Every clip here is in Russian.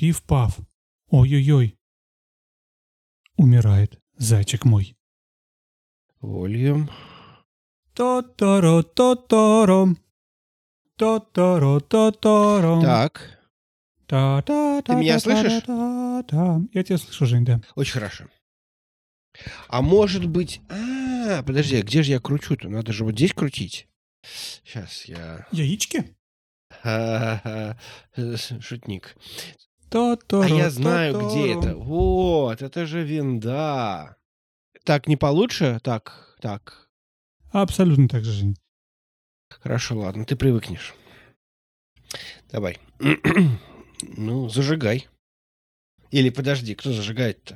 Пиф-паф. Ой-ой-ой. Умирает зайчик мой. Вольем. То-торо-то-торо. То-торо-то-торо. Так, Ты меня слышишь? Я тебя слышу, Жень, да. очень хорошо. А может быть... подожди, а где же я кручу-то? Надо же вот здесь крутить. Сейчас я... Яички? Ха-ха-ха. Шутник. То-торо, А я знаю, то-торо. где это. Вот, это же винда. Так, не получше? Так. Абсолютно так же, Жень. Хорошо, ладно, ты привыкнешь. Давай. Ну, зажигай. Или подожди, кто зажигает-то?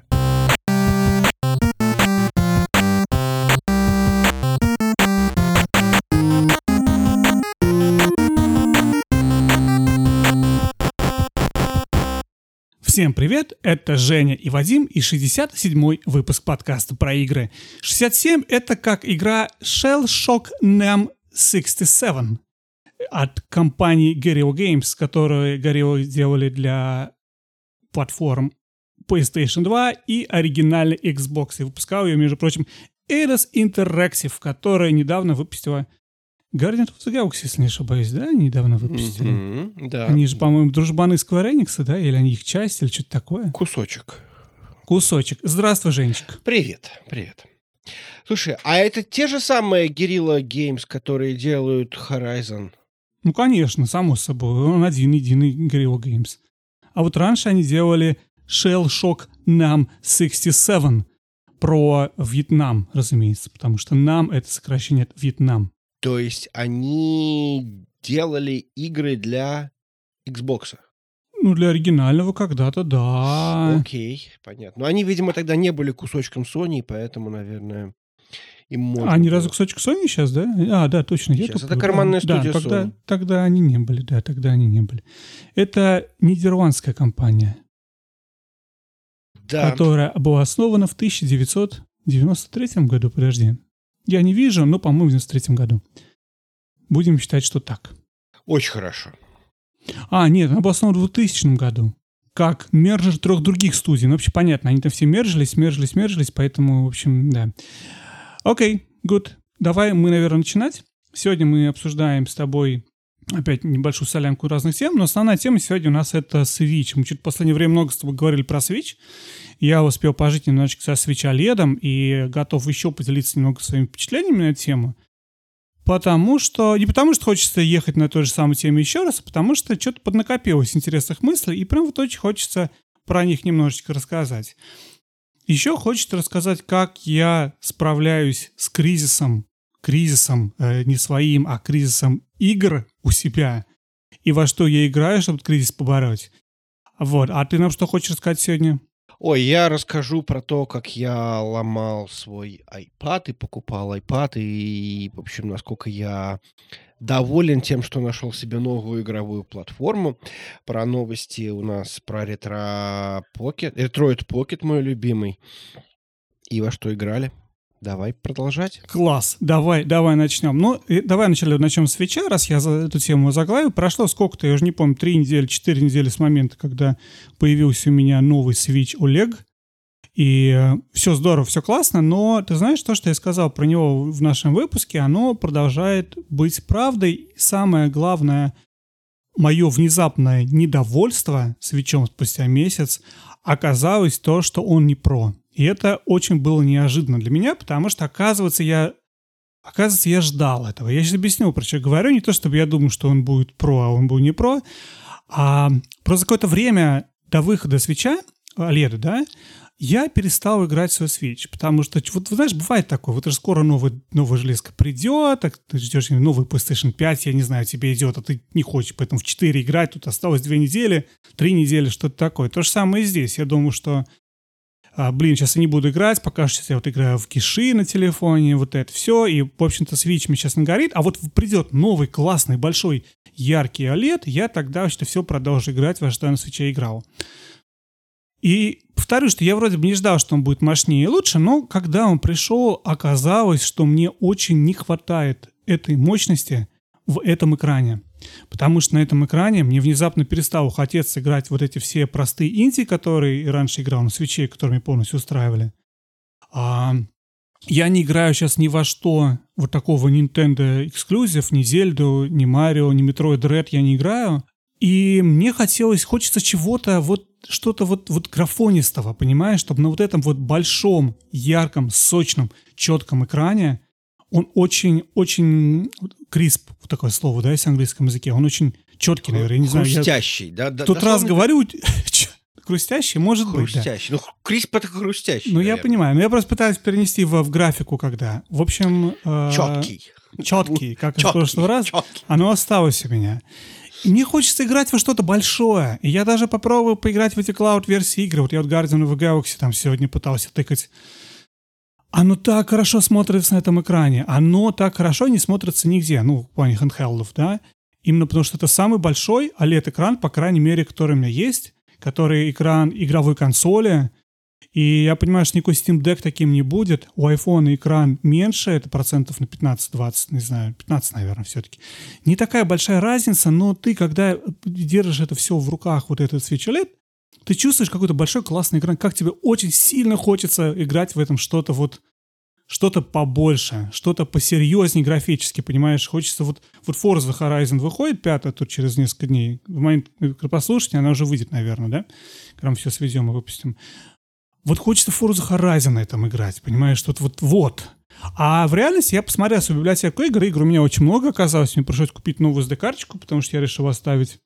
Всем привет, это Женя и Вадим и 67-й выпуск подкаста про игры. 67 — это как игра Shell Shock NAM 67 от компании Guerrilla Games, которую Guerrilla делали для платформ PlayStation 2 и оригинальной Xbox. И выпускал ее, между прочим, Eidos Interactive, которая недавно выпустила Guardians of the Galaxy, если не ошибаюсь, да? Недавно выпустили. Да. Они же, по-моему, дружбаны Square Enix, да? Или они их часть, или что-то такое? Кусочек. Здравствуй, Женечка. Привет. Слушай, а это те же самые Guerrilla Games, которые делают Horizon? Ну, конечно, само собой. Он один-единый Guerrilla Games. А вот раньше они делали Shell Shock NAM 67 про Вьетнам, разумеется, потому что NAM — это сокращение от Вьетнам. То есть они делали игры для Xbox? Ну, для оригинального когда-то, да. Окей, понятно. Но они, видимо, тогда не были кусочком Sony, поэтому, наверное, им можно Они было. разве кусочек Sony сейчас, да? Да, точно. Я Сейчас тупой, это карманная студия да, Sony. тогда они не были, да, тогда они не были. Это нидерландская компания, Да. которая была основана в 1993 году, подожди. Я не вижу, но, по-моему, в 93 году. Будем считать, что так. Очень хорошо. Нет, она была основана в 2000 году. Как мержер 3 других студий. Ну, вообще понятно, они там все мержились, поэтому, в общем, да. Окей, good. Давай мы, наверное, начинать. Сегодня мы обсуждаем с тобой опять небольшую солянку разных тем, но основная тема сегодня у нас это Switch. Мы чуть в последнее время много с тобой говорили про Switch. Я успел пожить немножечко со Switch OLED и готов еще поделиться немного своими впечатлениями на эту тему. Не потому что хочется ехать на той же самой теме еще раз, а потому что что-то поднакопилось интересных мыслей, и прям вот очень хочется про них немножечко рассказать. Еще хочется рассказать, как я справляюсь с кризисом, не своим, а кризисом игр у себя, и во что я играю, чтобы этот кризис побороть. Вот, а ты нам что хочешь рассказать сегодня? Ой, я расскажу про то, как я ломал свой iPad и покупал iPad, и, в общем, насколько я доволен тем, что нашел себе новую игровую платформу. Про новости у нас про Retroid Pocket, мой любимый. И во что играли. Давай продолжать. Класс, давай начнем. Давай начнем с Свитча, раз я эту тему заглавил. Прошло сколько-то, я уже не помню, 3 недели, 4 недели с момента, когда появился у меня новый Switch OLED. И все здорово, все классно, но ты знаешь, то, что я сказал про него в нашем выпуске, оно продолжает быть правдой. И самое главное, мое внезапное недовольство Switch'ом спустя месяц оказалось то, что он не про. И это очень было неожиданно для меня, потому что, оказывается, я ждал этого. Я сейчас объясню, про что говорю. Не то, чтобы я думал, что он будет про, а он был не про. А просто какое-то время до выхода Switch'а, OLED, да, я перестал играть в свой Switch. Потому что, вот, знаешь, бывает такое. Вот уже скоро новая железка придет, так ты ждешь новый PlayStation 5, я не знаю, тебе идет, а ты не хочешь, поэтому в 4 играть. Тут осталось 2 недели, 3 недели, что-то такое. То же самое и здесь. Я думаю, что сейчас я не буду играть, пока сейчас я вот играю в Киши на телефоне, вот это все, и, в общем-то, Switch мне сейчас не горит, а вот придет новый, классный, большой, яркий OLED, я тогда вообще все продолжу играть, во что я на Switch играл. И повторюсь, что я вроде бы не ждал, что он будет мощнее и лучше, но когда он пришел, оказалось, что мне очень не хватает этой мощности в этом экране. Потому что на этом экране мне внезапно перестало хотеться играть вот эти все простые инди, которые и раньше играл на свече, которые меня полностью устраивали. А я не играю сейчас ни во что вот такого Nintendo эксклюзив, ни Зельду, ни Марио, ни Metroid Dread я не играю. И мне хочется чего-то, вот что-то вот графонистого, понимаешь, чтобы на вот этом вот большом, ярком, сочном, четком экране он очень крисп, вот такое слово, да, если в английском языке, он очень четкий, наверное, я не знаю. Хрустящий, да? Тот раз говорю, хрустящий, может быть, да. Хрустящий. Ну, крисп это хрустящий, Ну, я наверное. понимаю, но я просто пытаюсь перенести в графику, когда. В общем... Четкий, как и в прошлый раз, оно осталось у меня. И мне хочется играть во что-то большое. И я даже попробую поиграть в эти клауд-версии игр. Вот я вот Guardian of the Galaxy там сегодня пытался тыкать. Оно так хорошо смотрится на этом экране. Оно так хорошо не смотрится нигде. Ну, в плане handheld'ов, да. Именно потому что это самый большой OLED-экран, по крайней мере, который у меня есть. Который экран игровой консоли. И я понимаю, что никакой Steam Deck таким не будет. У iPhone экран меньше, это процентов на 15-20, не знаю, 15, наверное, все-таки. Не такая большая разница, но ты, когда держишь это все в руках, вот этот Switch OLED, ты чувствуешь какой-то большой классный экран, как тебе очень сильно хочется играть в этом что-то побольше, что-то посерьезнее графически, понимаешь? Хочется вот Forza Horizon выходит, 5-я тут через несколько дней. В момент прослушивания она уже выйдет, наверное, да? Когда мы все сведем и выпустим. Вот хочется Forza Horizon на этом играть, понимаешь? Вот. А в реальности я посмотрел свою библиотеку игр у меня очень много оказалось. Мне пришлось купить новую SD-карточку, потому что я решил оставить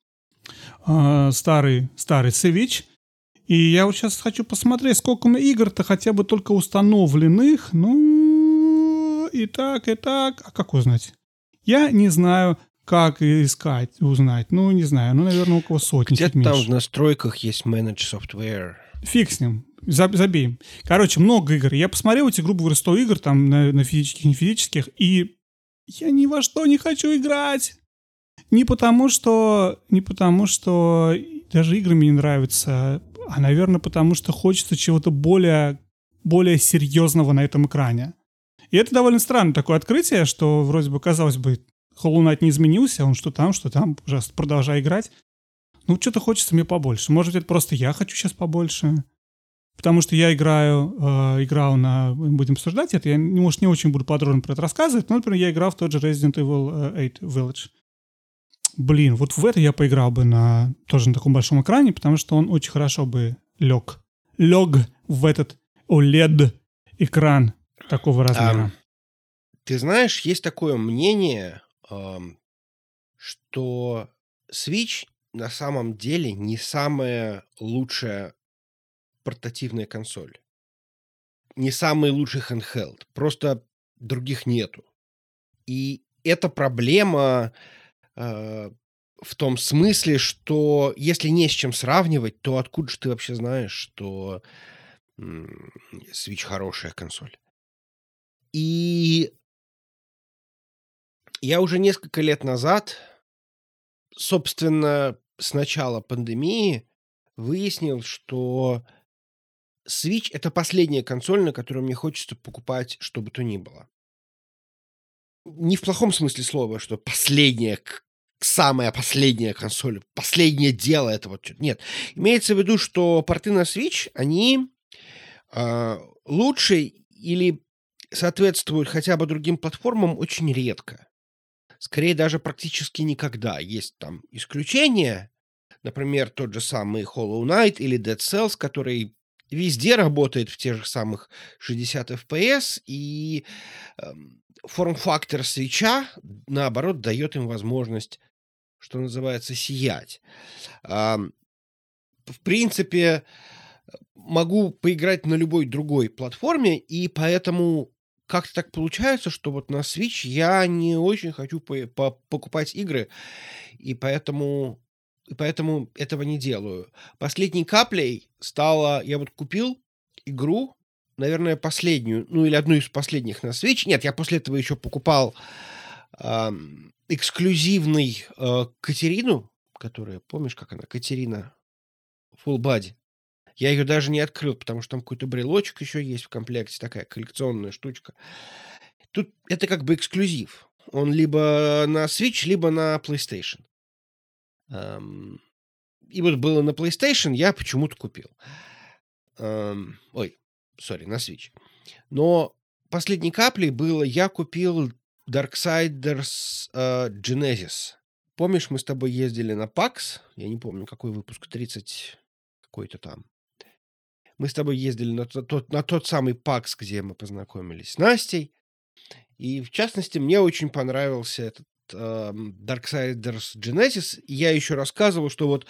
старый Switch. И я вот сейчас хочу посмотреть, сколько у меня игр-то хотя бы только установленных. Ну, и так. А как узнать? Я не знаю, как узнать. Ну, не знаю. Ну, наверное, около сотни. Где-то там в настройках есть Manage Software. Фиг с ним. Забей. Короче, много игр. Я посмотрел эти, грубо говоря, 100 игр там на физических, не физических, и я ни во что не хочу играть. Не потому что даже игры мне не нравятся, а, наверное, потому что хочется чего-то более серьезного на этом экране. И это довольно странное такое открытие, что вроде бы, казалось бы, Hollow Knight не изменился, он что там, пожалуйста, продолжай играть. Ну, что-то хочется мне побольше. Может быть, это просто я хочу сейчас побольше. Потому что я играл будем обсуждать это, я, может, не очень буду подробно про это рассказывать, но, например, я играл в тот же Resident Evil 8 Village. Блин, вот в это я поиграл бы тоже на таком большом экране, потому что он очень хорошо бы лег в этот OLED-экран такого размера. Ты знаешь, есть такое мнение, что Switch на самом деле не самая лучшая портативная консоль. Не самый лучший handheld. Просто других нету. И это проблема в том смысле, что если не с чем сравнивать, то откуда же ты вообще знаешь, что Switch хорошая консоль? И я уже несколько лет назад, собственно, с начала пандемии, выяснил, что Switch — это последняя консоль, на которую мне хочется покупать что бы то ни было. Не в плохом смысле слова, что самая последняя консоль, последнее дело — это вот чё-то. Нет. Имеется в виду, что порты на Switch, они лучше или соответствуют хотя бы другим платформам очень редко. Скорее, даже практически никогда. Есть там исключения. Например, тот же самый Hollow Knight или Dead Cells, который везде работает в тех же самых 60 FPS, и форм-фактор свитча, наоборот, дает им возможность, что называется, сиять. В принципе, могу поиграть на любой другой платформе, и поэтому как-то так получается, что вот на Switch я не очень хочу покупать игры, и поэтому этого не делаю. Последней каплей стало... Я вот купил игру, наверное, последнюю, ну или одну из последних на Switch. Нет, я после этого еще покупал эксклюзивный Катерину, которая, помнишь, как она? Катерина Full Body. Я ее даже не открыл, потому что там какой-то брелочек еще есть в комплекте, такая коллекционная штучка. Тут это как бы эксклюзив. Он либо на Switch, либо на PlayStation. Ам, И вот было на PlayStation, я почему-то купил. Ой, сори, на Switch. Но последней каплей было, я купил Darksiders Genesis. Помнишь, мы с тобой ездили на PAX? Я не помню, какой выпуск, 30 какой-то там. Мы с тобой ездили на тот самый PAX, где мы познакомились с Настей. И, в частности, мне очень понравился этот Darksiders Genesis. И я еще рассказывал, что вот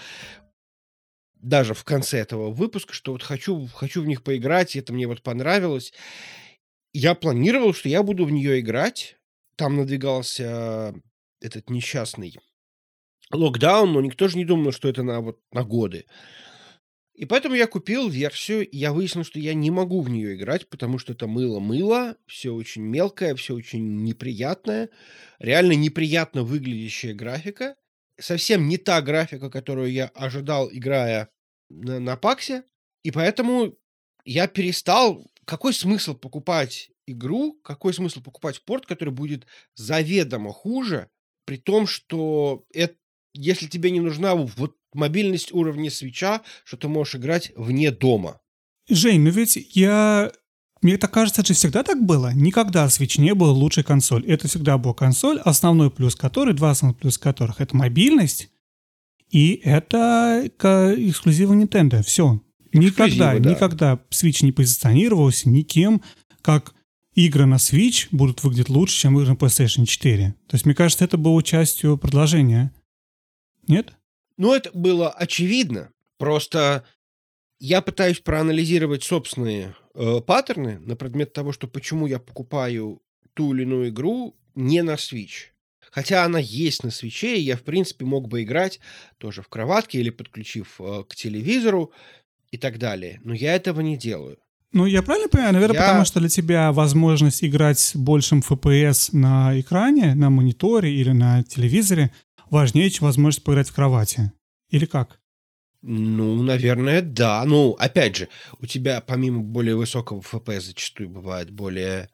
даже в конце этого выпуска, что вот хочу в них поиграть, и это мне вот понравилось. Я планировал, что я буду в нее играть. Там надвигался этот несчастный локдаун, но никто же не думал, что это на годы. И поэтому я купил версию, и я выяснил, что я не могу в нее играть, потому что это мыло-мыло, все очень мелкое, все очень неприятное, реально неприятно выглядящая графика. Совсем не та графика, которую я ожидал, играя на Паксе. И поэтому я перестал... Какой смысл покупать игру, какой смысл покупать порт, который будет заведомо хуже, при том, что если тебе не нужна вот мобильность уровня свитча, что ты можешь играть вне дома. Жень, ну ведь мне так кажется, это же всегда так было. Никогда Switch не был лучшей консоль. Это всегда была консоль, основной плюс которой, два основных плюс которых — это мобильность и это эксклюзивы Nintendo. Все. Никогда Switch не позиционировался никем, как игры на Switch будут выглядеть лучше, чем игры на PlayStation 4. То есть, мне кажется, это было частью предложения. Нет? Ну, это было очевидно. Просто я пытаюсь проанализировать собственные паттерны на предмет того, что почему я покупаю ту или иную игру не на Switch. Хотя она есть на Switch'е, и я, в принципе, мог бы играть тоже в кроватке или подключив к телевизору и так далее. Но я этого не делаю. Ну, я правильно понимаю? Наверное, потому что для тебя возможность играть с большим FPS на экране, на мониторе или на телевизоре важнее, чем возможность поиграть в кровати. Или как? Ну, наверное, да. Ну, опять же, у тебя помимо более высокого FPS зачастую бывает более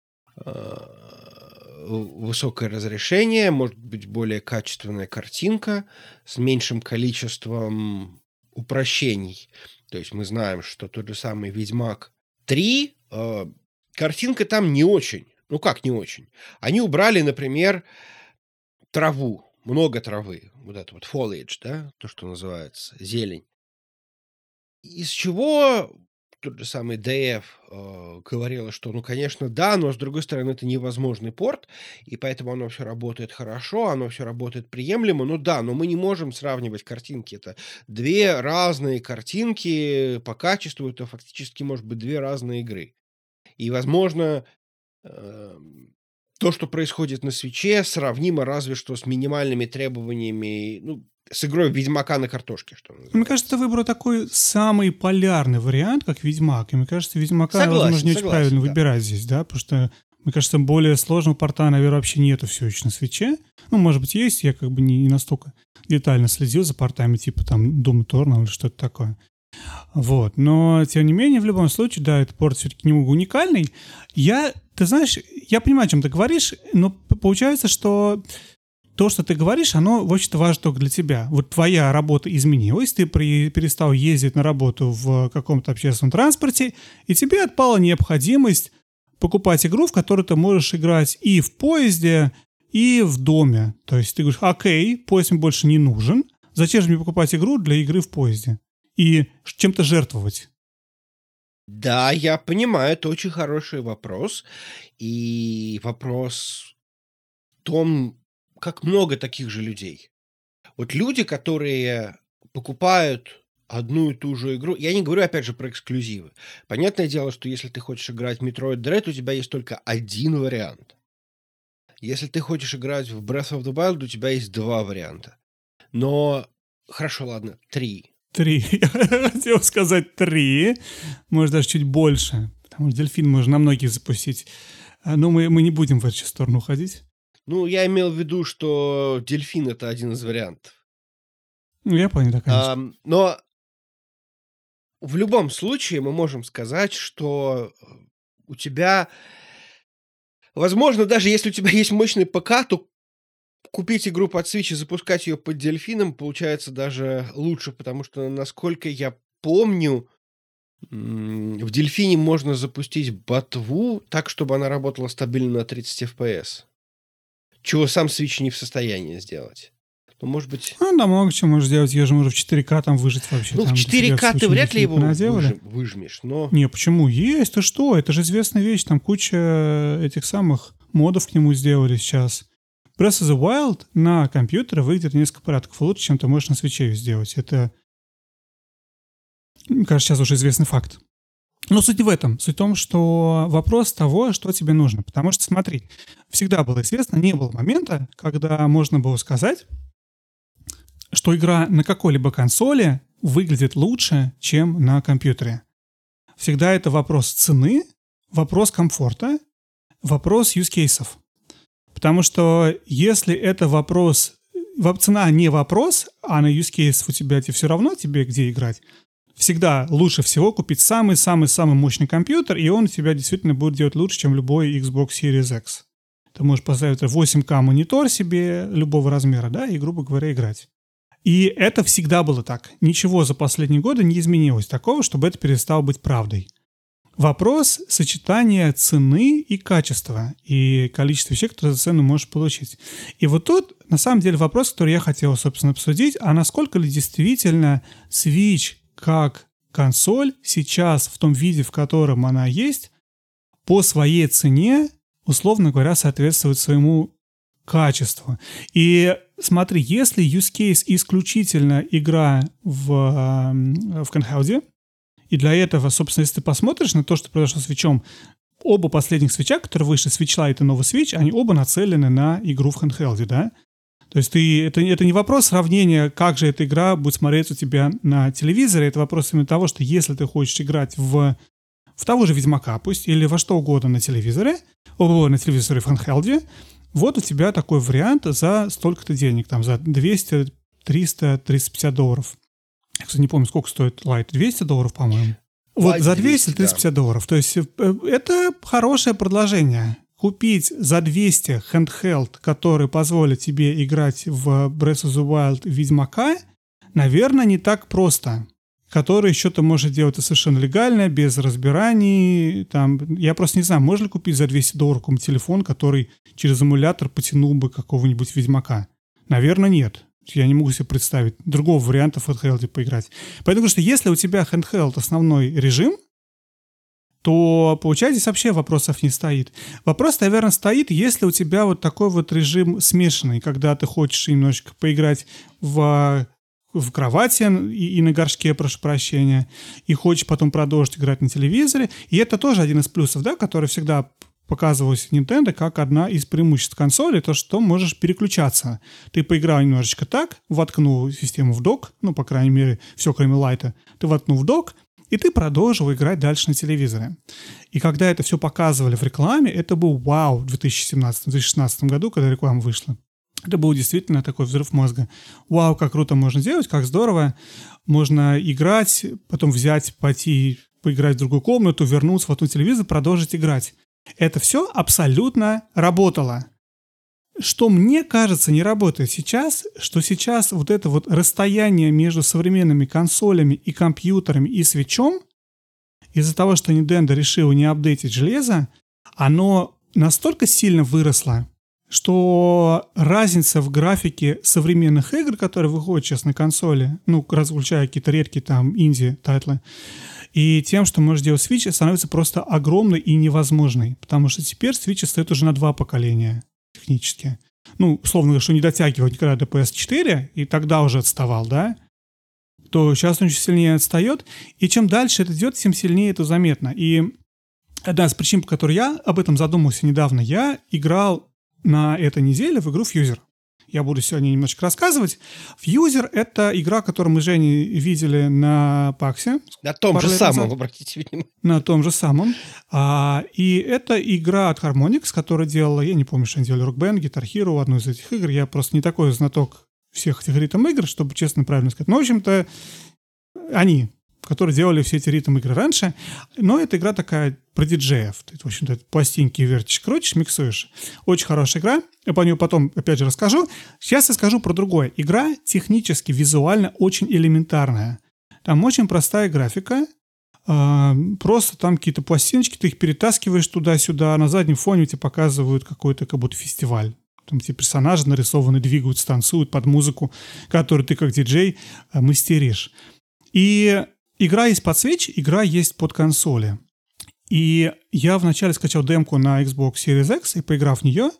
высокое разрешение, может быть более качественная картинка с меньшим количеством упрощений. То есть мы знаем, что тот же самый «Ведьмак 3», картинка там не очень. Ну, как не очень? Они убрали, например, траву, много травы. Вот это вот foliage, да, то, что называется, зелень. Из чего тот же самый DF говорил, что, ну, конечно, да, но, с другой стороны, это невозможный порт, и поэтому оно все работает хорошо, оно все работает приемлемо. Ну да, но мы не можем сравнивать картинки. Это две разные картинки по качеству, это фактически, может быть, две разные игры. И, возможно, то, что происходит на Свитче, сравнимо разве что с минимальными требованиями, ну, с игрой Ведьмака на картошке, что называется. Мне кажется, ты выбрал такой самый полярный вариант, как Ведьмак. И мне кажется, Ведьмака, возможно, не очень правильно выбирать здесь, да, потому что, мне кажется, более сложного порта, наверное, вообще нету все еще на Свитче. Ну, может быть, есть, я как бы не настолько детально следил за портами, типа там Doom Eternal или что-то такое. Вот, но, тем не менее, в любом случае, да, этот порт все-таки немного уникальный. Ты знаешь, я понимаю, о чем ты говоришь, но получается, что то, что ты говоришь, оно, в общем-то, важно только для тебя. Вот твоя работа изменилась, ты перестал ездить на работу в каком-то общественном транспорте, и тебе отпала необходимость покупать игру, в которую ты можешь играть и в поезде, и в доме. То есть ты говоришь: окей, поезд мне больше не нужен, зачем же мне покупать игру для игры в поезде? И чем-то жертвовать. Да, я понимаю, это очень хороший вопрос. И вопрос в том, как много таких же людей. Вот люди, которые покупают одну и ту же игру. Я не говорю, опять же, про эксклюзивы. Понятное дело, что если ты хочешь играть в Metroid Dread, у тебя есть только один вариант. Если ты хочешь играть в Breath of the Wild, у тебя есть два варианта. Но, хорошо, ладно, три. Я хотел сказать 3, может, даже чуть больше, потому что дельфин можно на многих запустить. Но мы не будем в эту сторону уходить. Ну, я имел в виду, что дельфин — это один из вариантов. Ну, я понял, да, конечно. Но в любом случае мы можем сказать, что у тебя Возможно, даже если у тебя есть мощный ПК, то купить игру под Switch и запускать ее под дельфином получается даже лучше, потому что, насколько я помню, в дельфине можно запустить ботву так, чтобы она работала стабильно на 30 FPS. Чего сам Switch не в состоянии сделать. Ну, может быть... Да, много чего можешь сделать. Я же могу в 4К там выжить вообще. Ну, в там 4К ты вряд ли его наделали. выжмешь, но... Не, почему? Есть, ты что? Это же известная вещь. Там куча этих самых модов к нему сделали сейчас. Breath of the Wild на компьютере выглядит несколько порядков лучше, чем ты можешь на свитче сделать. Это, мне кажется, сейчас уже известный факт. Но суть не в этом. Суть в том, что вопрос того, что тебе нужно. Потому что, смотри, всегда было известно, не было момента, когда можно было сказать, что игра на какой-либо консоли выглядит лучше, чем на компьютере. Всегда это вопрос цены, вопрос комфорта, вопрос юзкейсов. Потому что если это вопрос... Цена не вопрос, а на юзкейс у тебя все равно тебе где играть, всегда лучше всего купить самый-самый-самый мощный компьютер, и он тебя действительно будет делать лучше, чем любой Xbox Series X. Ты можешь поставить 8К монитор себе любого размера, да, и, грубо говоря, играть. И это всегда было так. Ничего за последние годы не изменилось такого, чтобы это перестало быть правдой. Вопрос сочетания цены и качества, и количества вещей, которые за цену можешь получить. И вот тут, на самом деле, вопрос, который я хотел, собственно, обсудить, а насколько ли действительно Switch как консоль сейчас в том виде, в котором она есть, по своей цене, условно говоря, соответствует своему качеству. И смотри, если use case исключительно игра в handheld, и для этого, собственно, если ты посмотришь на то, что произошло с Switch'ом, оба последних свитча, которые вышли, Switch Lite и новый Switch, они оба нацелены на игру в handheld, да? То есть это не вопрос сравнения, как же эта игра будет смотреться у тебя на телевизоре, это вопрос именно того, что если ты хочешь играть в того же Ведьмака, пусть, или во что угодно на телевизоре в handheld, вот у тебя такой вариант за столько-то денег, там за 200, 300, 350 долларов. Я, кстати, не помню, сколько стоит Lite. 200 долларов, по-моему. Вот за 200-350 долларов. То есть это хорошее предложение. Купить за 200 handheld, который позволит тебе играть в Breath of the Wild Ведьмака, наверное, не так просто. Который еще ты можешь делать совершенно легально, без разбираний. Там, я просто не знаю, можно ли купить за 200 долларов какой-нибудь телефон, который через эмулятор потянул бы какого-нибудь Ведьмака? Наверное, нет. Я не могу себе представить другого варианта в handheld поиграть. Поэтому что если у тебя handheld основной режим, то, получается, здесь вообще вопросов не стоит. Вопрос, наверное, стоит, если у тебя вот такой вот режим смешанный, когда ты хочешь немножечко поиграть в кровати и на горшке, прошу прощения, и хочешь потом продолжить играть на телевизоре. И это тоже один из плюсов, да, который всегда показывалось в Nintendo как одна из преимуществ консоли, то, что можешь переключаться. Ты поиграл немножечко так, воткнул систему в док, ну, по крайней мере, все, кроме лайта, ты воткнул в док, и ты продолжил играть дальше на телевизоре. И когда это все показывали в рекламе, это был вау в 2017-2016 году, когда реклама вышла. Это был действительно такой взрыв мозга. Вау, как круто можно делать, как здорово. Можно играть, потом взять, пойти поиграть в другую комнату, вернуться, потом телевизор, продолжить играть. Это все абсолютно работало. Что мне кажется не работает сейчас, что сейчас вот это вот расстояние между современными консолями и компьютерами и свитчом, из-за того, что Nintendo решила не апдейтить железо, оно настолько сильно выросло, что разница в графике современных игр, которые выходят сейчас на консоли, ну, включая какие-то редкие там инди-тайтлы, и тем, что может делать Switch, становится просто огромной и невозможной, потому что теперь Switch стоит уже на 2 поколения технически. Ну, условно говоря, что не дотягивает никогда до PS4, и тогда уже отставал, да? То сейчас он очень сильнее отстает, и чем дальше это идет, тем сильнее это заметно. И одна из причин, по которой я об этом задумался недавно, я играл на этой неделе в игру Fuser. Я буду сегодня немножечко рассказывать. Fuser — это игра, которую мы с Женей видели на Паксе. На том же самом, обратите внимание. На том же самом. И это игра от Harmonix, которая делала, я не помню, что они делали, Rock Band, Guitar Hero, одну из этих игр. Я просто не такой знаток всех этих ритм игр, чтобы честно правильно сказать. Но, в общем-то, они которые делали все эти ритм-игры раньше. Но эта игра такая про диджеев. Ты, в общем-то, пластинки вертишь, крутишь, миксуешь. Очень хорошая игра. Я по ней потом, опять же, расскажу. Сейчас я скажу про другое. Игра технически, визуально очень элементарная. Там очень простая графика. Просто там какие-то пластиночки, ты их перетаскиваешь туда-сюда, на заднем фоне тебе показывают какой-то как будто фестиваль. Там эти персонажи нарисованы, двигаются, танцуют под музыку, которую ты как диджей мастеришь. И игра есть под Switch, игра есть под консоли. И я вначале скачал демку на Xbox Series X и поиграв в нее,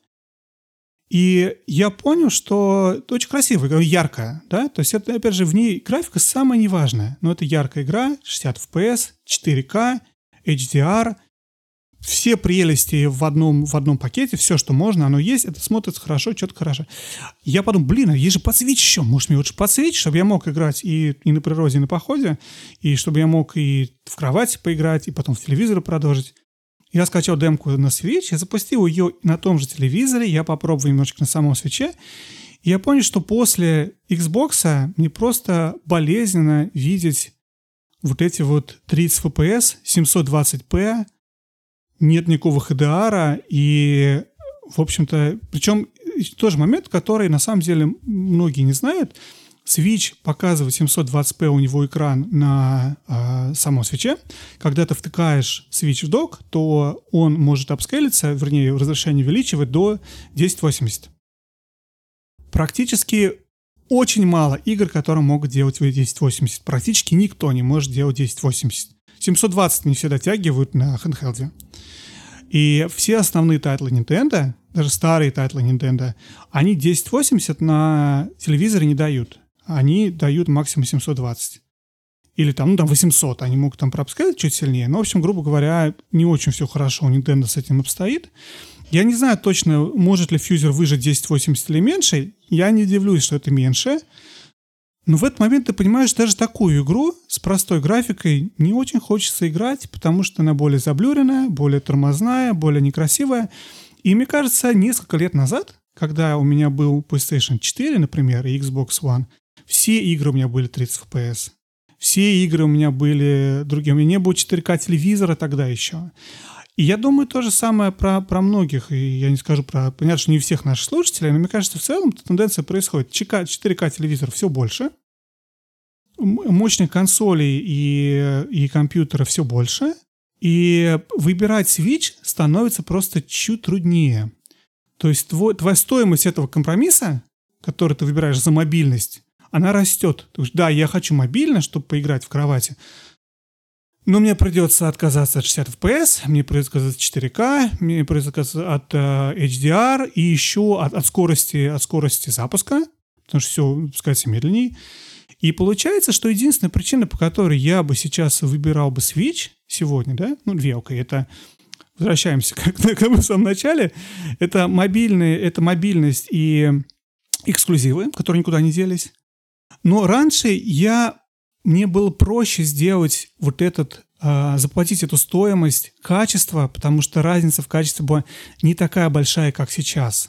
и я понял, что это очень красивая игра, яркая, да, то есть это, опять же, в ней графика самая неважная, но это яркая игра, 60 FPS, 4К, HDR, все прелести в одном пакете, все, что можно, оно есть, это смотрится хорошо, четко хорошо. Я подумал, есть же под Switch еще, может мне лучше под Switch, чтобы я мог играть и на природе, и на походе, и чтобы я мог и в кровати поиграть, и потом в телевизор продолжить. Я скачал демку на Switch, я запустил ее на том же телевизоре, я попробовал немножко на самом Switch, и я понял, что после Xbox мне просто болезненно видеть вот эти вот 30 FPS, 720p, нет никакого HDR, и, в общем-то, причем тоже момент, который на самом деле многие не знают. Switch показывает 720p, у него экран на самом Switch. Когда ты втыкаешь Switch в док, то он может апскейлиться, вернее, разрешение увеличивать до 1080. Практически очень мало игр, которые могут делать 1080. Практически никто не может делать 1080. 720 не все дотягивают на handheld. И все основные тайтлы Nintendo, даже старые тайтлы Nintendo, они 1080 на телевизоре не дают. Они дают максимум 720. Или там 800. Они могут там проапскейлить чуть сильнее. Но, в общем, грубо говоря, не очень все хорошо у Nintendo с этим обстоит. Я не знаю точно, может ли фьюзер выжить 1080 или меньше. Я не удивлюсь, что это меньше. Но в этот момент ты понимаешь, даже такую игру с простой графикой не очень хочется играть, потому что она более заблюренная, более тормозная, более некрасивая. И мне кажется, несколько лет назад, когда у меня был PlayStation 4, например, и Xbox One, все игры у меня были 30 FPS. Все игры у меня были другие. У меня не было 4К телевизора тогда еще. И я думаю, то же самое про многих. И я не скажу про... Понятно, что не всех наших слушателей, но мне кажется, в целом тенденция происходит. 4К телевизоров все больше. Мощных консолей и компьютеров все больше. И выбирать Switch становится просто чуть труднее. То есть твоя стоимость этого компромисса, который ты выбираешь за мобильность, она растет. То есть, да, я хочу мобильно, чтобы поиграть в кровати, но мне придется отказаться от 60 FPS, мне придется отказаться от 4К, мне придется отказаться от HDR и еще от скорости запуска, потому что все выпускается медленнее. И получается, что единственная причина, по которой я бы сейчас выбирал бы Switch сегодня, да, две, окей, это возвращаемся к в самом начале, это мобильность и эксклюзивы, которые никуда не делись. Но раньше мне было проще сделать заплатить эту стоимость качества, потому что разница в качестве была не такая большая, как сейчас.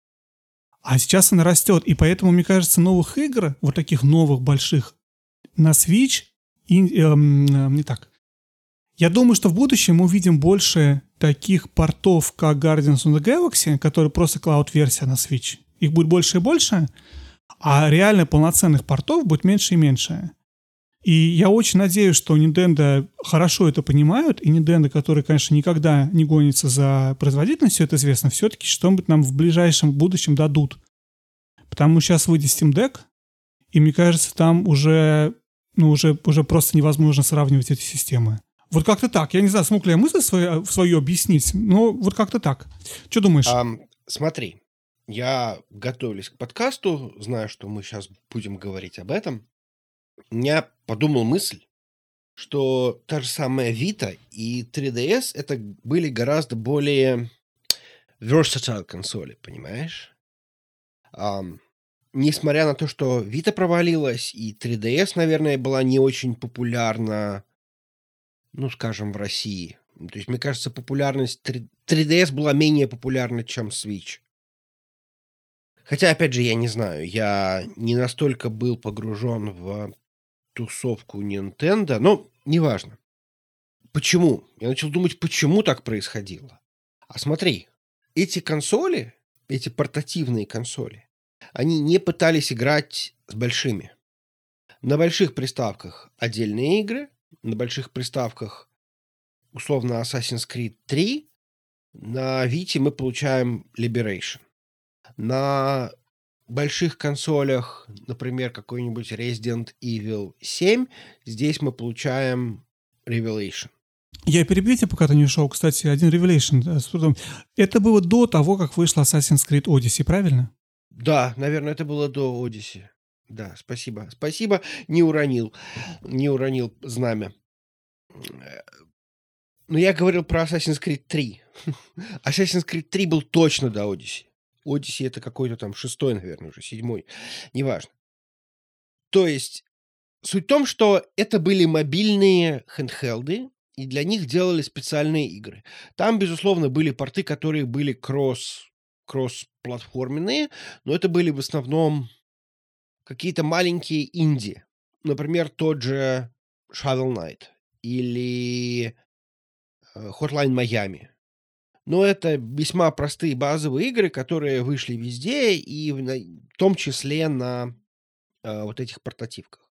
А сейчас она растет, и поэтому, мне кажется, новых игр, вот таких новых, больших, на Switch, не так. Я думаю, что в будущем мы увидим больше таких портов, как Guardians of the Galaxy, которые просто клауд-версия на Switch. Их будет больше и больше, а реально полноценных портов будет меньше и меньше. И я очень надеюсь, что Nintendo хорошо это понимают, и Nintendo, который, конечно, никогда не гонится за производительностью, это известно, все-таки что-нибудь нам в ближайшем будущем дадут. Потому что сейчас выйдет Steam Deck, и мне кажется, там уже просто невозможно сравнивать эти системы. Вот как-то так. Я не знаю, смог ли я мысль свою объяснить, но вот как-то так. Что думаешь? Смотри, я готовлюсь к подкасту, знаю, что мы сейчас будем говорить об этом. Я подумал мысль, что та же самая Vita и 3DS это были гораздо более versatile консоли, понимаешь? Несмотря на то, что Vita провалилась, и 3DS, наверное, была не очень популярна, скажем, в России. То есть, мне кажется, популярность 3DS была менее популярна, чем Switch. Хотя, опять же, я не знаю, я не настолько был погружен в тусовку Nintendo. Но неважно. Почему? Я начал думать, почему так происходило. А смотри, эти консоли, эти портативные консоли, они не пытались играть с большими. На больших приставках отдельные игры, на больших приставках, условно, Assassin's Creed 3, на Vita мы получаем Liberation. На больших консолях, например, какой-нибудь Resident Evil 7, здесь мы получаем Revelation. Я перебью тебя, пока ты не ушел. Кстати, один Revelation. Это было до того, как вышла Assassin's Creed Odyssey, правильно? Да, наверное, это было до Odyssey. Да, спасибо. Спасибо, не уронил знамя. Но я говорил про Assassin's Creed 3. Assassin's Creed 3 был точно до Odyssey. Odyssey это какой-то там 6-й, наверное, уже 7-й. Неважно. То есть суть в том, что это были мобильные хендхелды, и для них делали специальные игры. Там, безусловно, были порты, которые были кросс-платформенные, но это были в основном какие-то маленькие инди. Например, тот же Shovel Knight или Hotline Miami. Но это весьма простые базовые игры, которые вышли везде, и в том числе на вот этих портативках.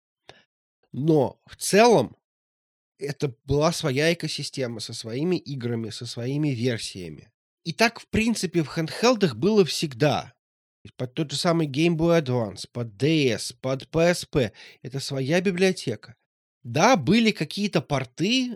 Но в целом это была своя экосистема со своими играми, со своими версиями. И так, в принципе, в хендхелдах было всегда. Под тот же самый Game Boy Advance, под DS, под PSP. Это своя библиотека. Да, были какие-то порты.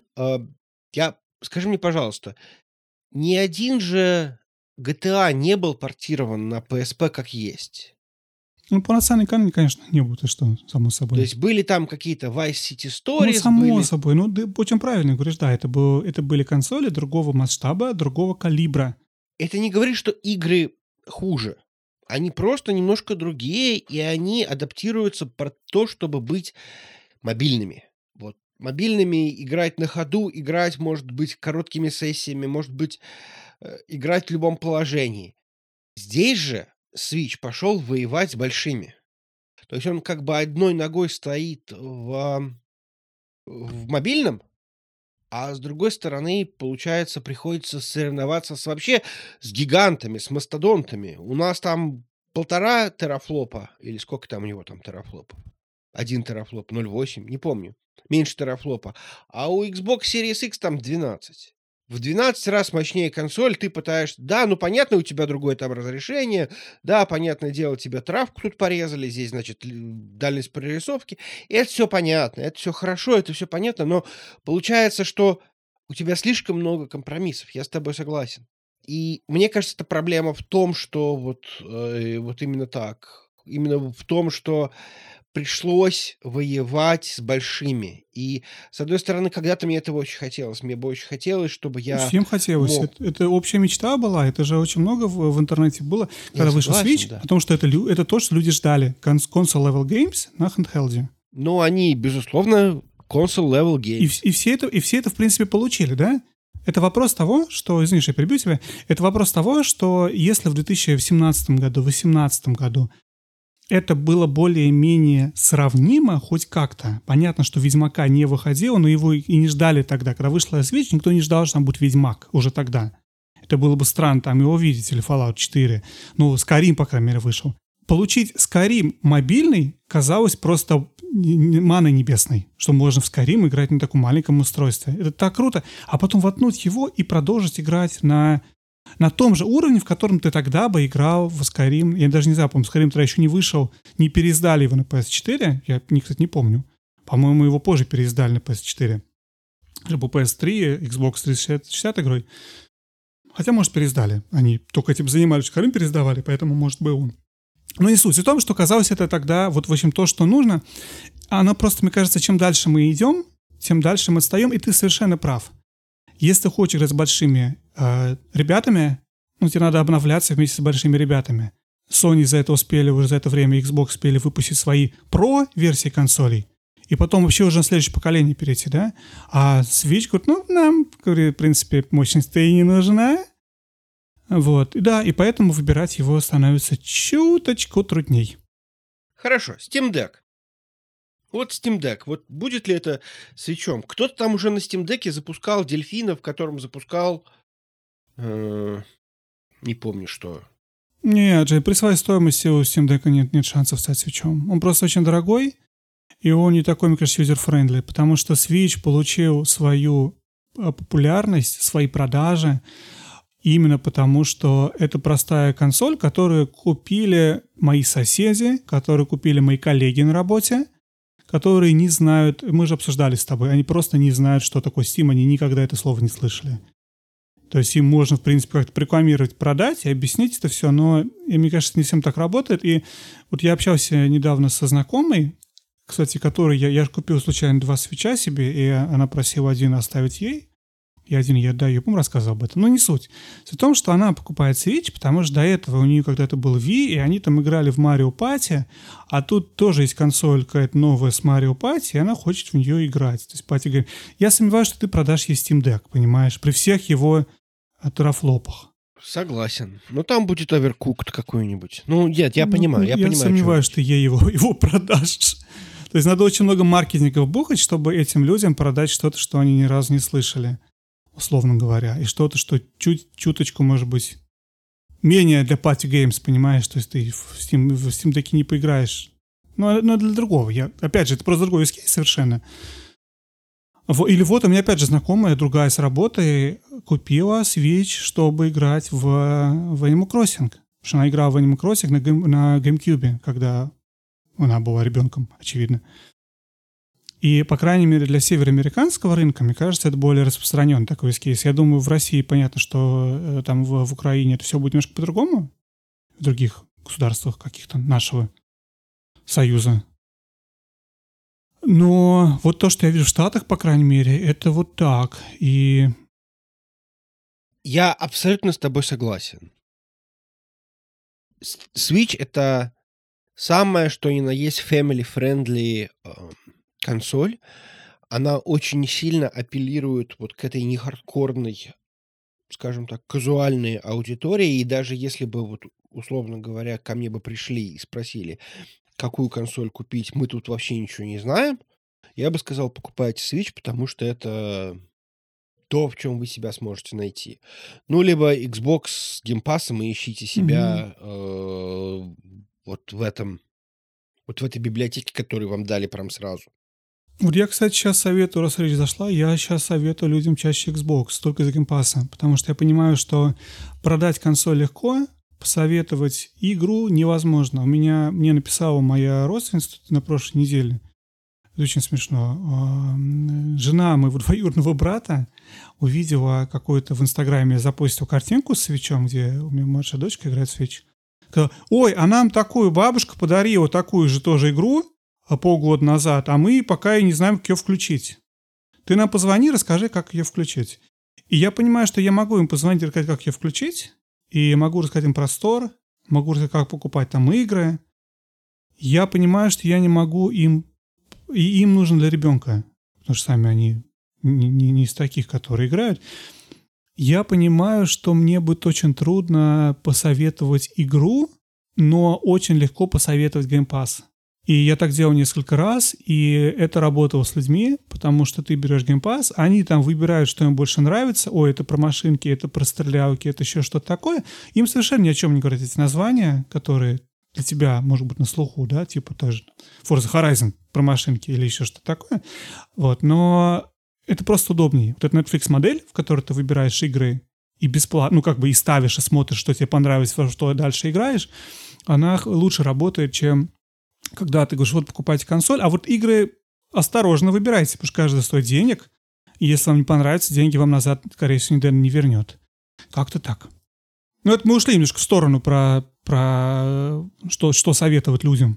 Скажи мне, пожалуйста, ни один же GTA не был портирован на PSP как есть. Ну, полноценный канал, конечно, не было, ты что, само собой. То есть были там какие-то Vice City Stories. Ну, само собой. Ну, ты очень правильно говоришь, да, это были консоли другого масштаба, другого калибра. Это не говорит, что игры хуже. Они просто немножко другие, и они адаптируются под то, чтобы быть мобильными. Вот. Мобильными играть на ходу, играть, может быть, короткими сессиями, может быть, играть в любом положении. Здесь же Switch пошел воевать с большими. То есть он как бы одной ногой стоит в мобильном, а с другой стороны, получается, приходится соревноваться вообще с гигантами, с мастодонтами. У нас там 1,5 терафлопа, или сколько там у него там терафлопов? 1 терафлоп, 0,8, не помню. Меньше терафлопа. А у Xbox Series X там 12. В 12 раз мощнее консоль, ты пытаешься... Да, ну понятно, у тебя другое там разрешение. Да, понятное дело, тебе травку тут порезали. Здесь, значит, дальность прорисовки. И это все понятно, это все хорошо, это все понятно. Но получается, что у тебя слишком много компромиссов. Я с тобой согласен. И мне кажется, это проблема в том, что вот именно так. Именно в том, что пришлось воевать с большими. И, с одной стороны, когда-то мне этого очень хотелось. Мне бы очень хотелось, чтобы я Всем хотелось. мог... Это общая мечта была. Это же очень много в интернете было, когда вышел Switch, да. потому что это то, что люди ждали. Console-level games на handheld. Ну, они, безусловно, console-level games. И все это, в принципе, получили, да? Это вопрос того, что... Извини, что я перебью тебя. Это вопрос того, что если в 2017 году, в 2018 году это было более-менее сравнимо хоть как-то. Понятно, что Ведьмака не выходило, но его и не ждали тогда. Когда вышла Switch, никто не ждал, что там будет Ведьмак уже тогда. Это было бы странно там его видеть, или Fallout 4. Ну, Skyrim, по крайней мере, вышел. Получить Skyrim мобильный казалось просто маной небесной, что можно в Skyrim играть на таком маленьком устройстве. Это так круто. А потом воткнуть его и продолжить играть на том же уровне, в котором ты тогда бы играл в Skyrim. Я даже не знаю, по-моему, Skyrim тогда еще не вышел, не переиздали его на PS4. Я, кстати, не помню. По-моему, его позже переиздали на PS4. Уже был PS3, Xbox 360 игрой. Хотя, может, переиздали. Они только этим занимались, Skyrim переиздавали, поэтому, может, был он. Но не суть. В том, что казалось это тогда, вот, в общем, то, что нужно. Оно просто, мне кажется, чем дальше мы идем, тем дальше мы отстаем, и ты совершенно прав. Если ты хочешь играть с большими ребятами, ну, тебе надо обновляться вместе с большими ребятами. Sony за это успели, уже за это время Xbox успели выпустить свои Pro-версии консолей, и потом вообще уже на следующее поколение перейти, да? А Switch говорит, ну, нам, говорит, в принципе, мощность-то и не нужна. Вот, и да, и поэтому выбирать его становится чуточку трудней. Хорошо, Steam Deck. Вот Steam Deck. Вот будет ли это свечом? Кто-то там уже на Steam Deck запускал дельфина, в котором запускал, э, не помню что. Нет, Джей, при своей стоимости у Steam Deck нет шансов стать свечом. Он просто очень дорогой, и он не такой, мне кажется, юзер-френдли, потому что Switch получил свою популярность, свои продажи именно потому, что это простая консоль, которую купили мои соседи, которую купили мои коллеги на работе, которые не знают, мы же обсуждали с тобой, они просто не знают, что такое Steam, они никогда это слово не слышали. То есть им можно, в принципе, как-то рекламировать, продать и объяснить это все, но, мне кажется, не всем так работает. И вот я общался недавно со знакомой, кстати, которой я купил случайно 2 свеча себе, и она просила один оставить ей, и один я отдаю. Я, по-моему, рассказывал об этом. Но не суть. Суть в том, что она покупает Switch, потому что до этого у нее когда-то был Wii, и они там играли в Mario Party, а тут тоже есть консоль какая-то новая с Mario Party, и она хочет в нее играть. То есть Пати говорит, я сомневаюсь, что ты продашь ей Steam Deck, понимаешь, при всех его терафлопах. Согласен. Но там будет Overcooked какой-нибудь. Ну, нет, я понимаю, я Я понимаю. сомневаюсь, что ей его продашь. То есть надо очень много маркетингов бухать, чтобы этим людям продать что-то, что они ни разу не слышали, условно говоря. И что-то, что чуточку, может быть, менее для party games, понимаешь? То есть ты в Steam Deck не поиграешь. Но для другого. Опять же, это просто другой use case совершенно. Или вот у меня опять же знакомая, другая с работы, купила Switch, чтобы играть в Animal Crossing. Потому что она играла в Animal Crossing на GameCube, когда она была ребенком, очевидно. И, по крайней мере, для североамериканского рынка, мне кажется, это более распространен такой кейс. Я думаю, в России понятно, что там в Украине это все будет немножко по-другому, в других государствах каких-то нашего союза. Но вот то, что я вижу в Штатах, по крайней мере, это вот так. И Я абсолютно с тобой согласен. Switch — это самое, что ни на есть family-friendly консоль. Она очень сильно апеллирует вот к этой нехардкорной, скажем так, казуальной аудитории. И даже если бы, вот, условно говоря, ко мне бы пришли и спросили, какую консоль купить, мы тут вообще ничего не знаем, я бы сказал, покупайте Switch, потому что это то, в чем вы себя сможете найти. Ну, либо Xbox с Game Pass'ом и ищите себя вот в этой библиотеке, которую вам дали прям сразу. вот я, кстати, сейчас советую, раз речь зашла, я сейчас советую людям чаще Xbox, только из-за геймпаса, потому что я понимаю, что продать консоль легко, посоветовать игру невозможно. Мне написала моя родственница на прошлой неделе, это очень смешно, жена моего двоюродного брата увидела какую-то в Инстаграме, запостил картинку с свечом, где у меня младшая дочка играет в Switch. Сказала, ой, а нам такую бабушка подарила такую же тоже игру полгода назад, а мы пока и не знаем, как ее включить. Ты нам позвони, расскажи, как ее включить. И я понимаю, что я могу им позвонить и рассказать, как ее включить, и могу рассказать им про Store, могу рассказать, как покупать там игры. Я понимаю, что я не могу им нужно для ребенка, потому что сами они не из таких, которые играют. Я понимаю, что мне будет очень трудно посоветовать игру, но очень легко посоветовать Game Pass. И я так делал несколько раз, и это работало с людьми, потому что ты берешь Game Pass, они там выбирают, что им больше нравится. Ой, это про машинки, это про стрелялки, это еще что-то такое. Им совершенно ни о чем не говорят эти названия, которые для тебя, может быть, на слуху, да, типа тоже Forza Horizon про машинки или еще что-то такое. Вот, но это просто удобнее. Вот эта Netflix-модель, в которой ты выбираешь игры и бесплатно, и ставишь, и смотришь, что тебе понравилось, во что дальше играешь, она лучше работает, чем когда ты говоришь, вот покупайте консоль, а вот игры осторожно выбирайте, потому что каждая стоит денег, и если вам не понравится, деньги вам назад, скорее всего, Nintendo не вернет. Как-то так. Ну, это мы ушли немножко в сторону про что советовать людям.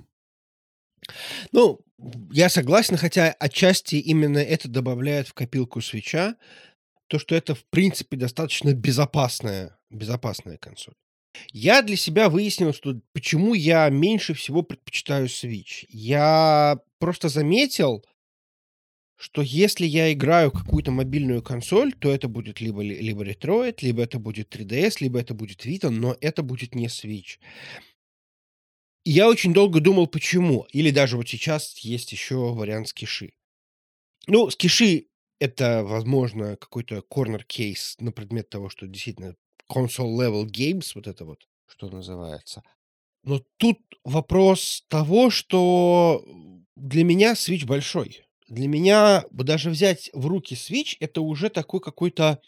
Ну, я согласен, хотя отчасти именно это добавляет в копилку свеча, то, что это, в принципе, достаточно безопасная консоль. Я для себя выяснил, что почему я меньше всего предпочитаю Switch. Я просто заметил, что если я играю в какую-то мобильную консоль, то это будет либо Retroid, либо это будет 3DS, либо это будет Vita, но это будет не Switch. И я очень долго думал, почему. Или даже вот сейчас есть еще вариант с киши. Ну, с киши это, возможно, какой-то corner case на предмет того, что действительно console level games, вот это вот, что называется. Но тут вопрос того, что для меня Switch большой. Для меня даже взять в руки Switch — это уже такой какой-то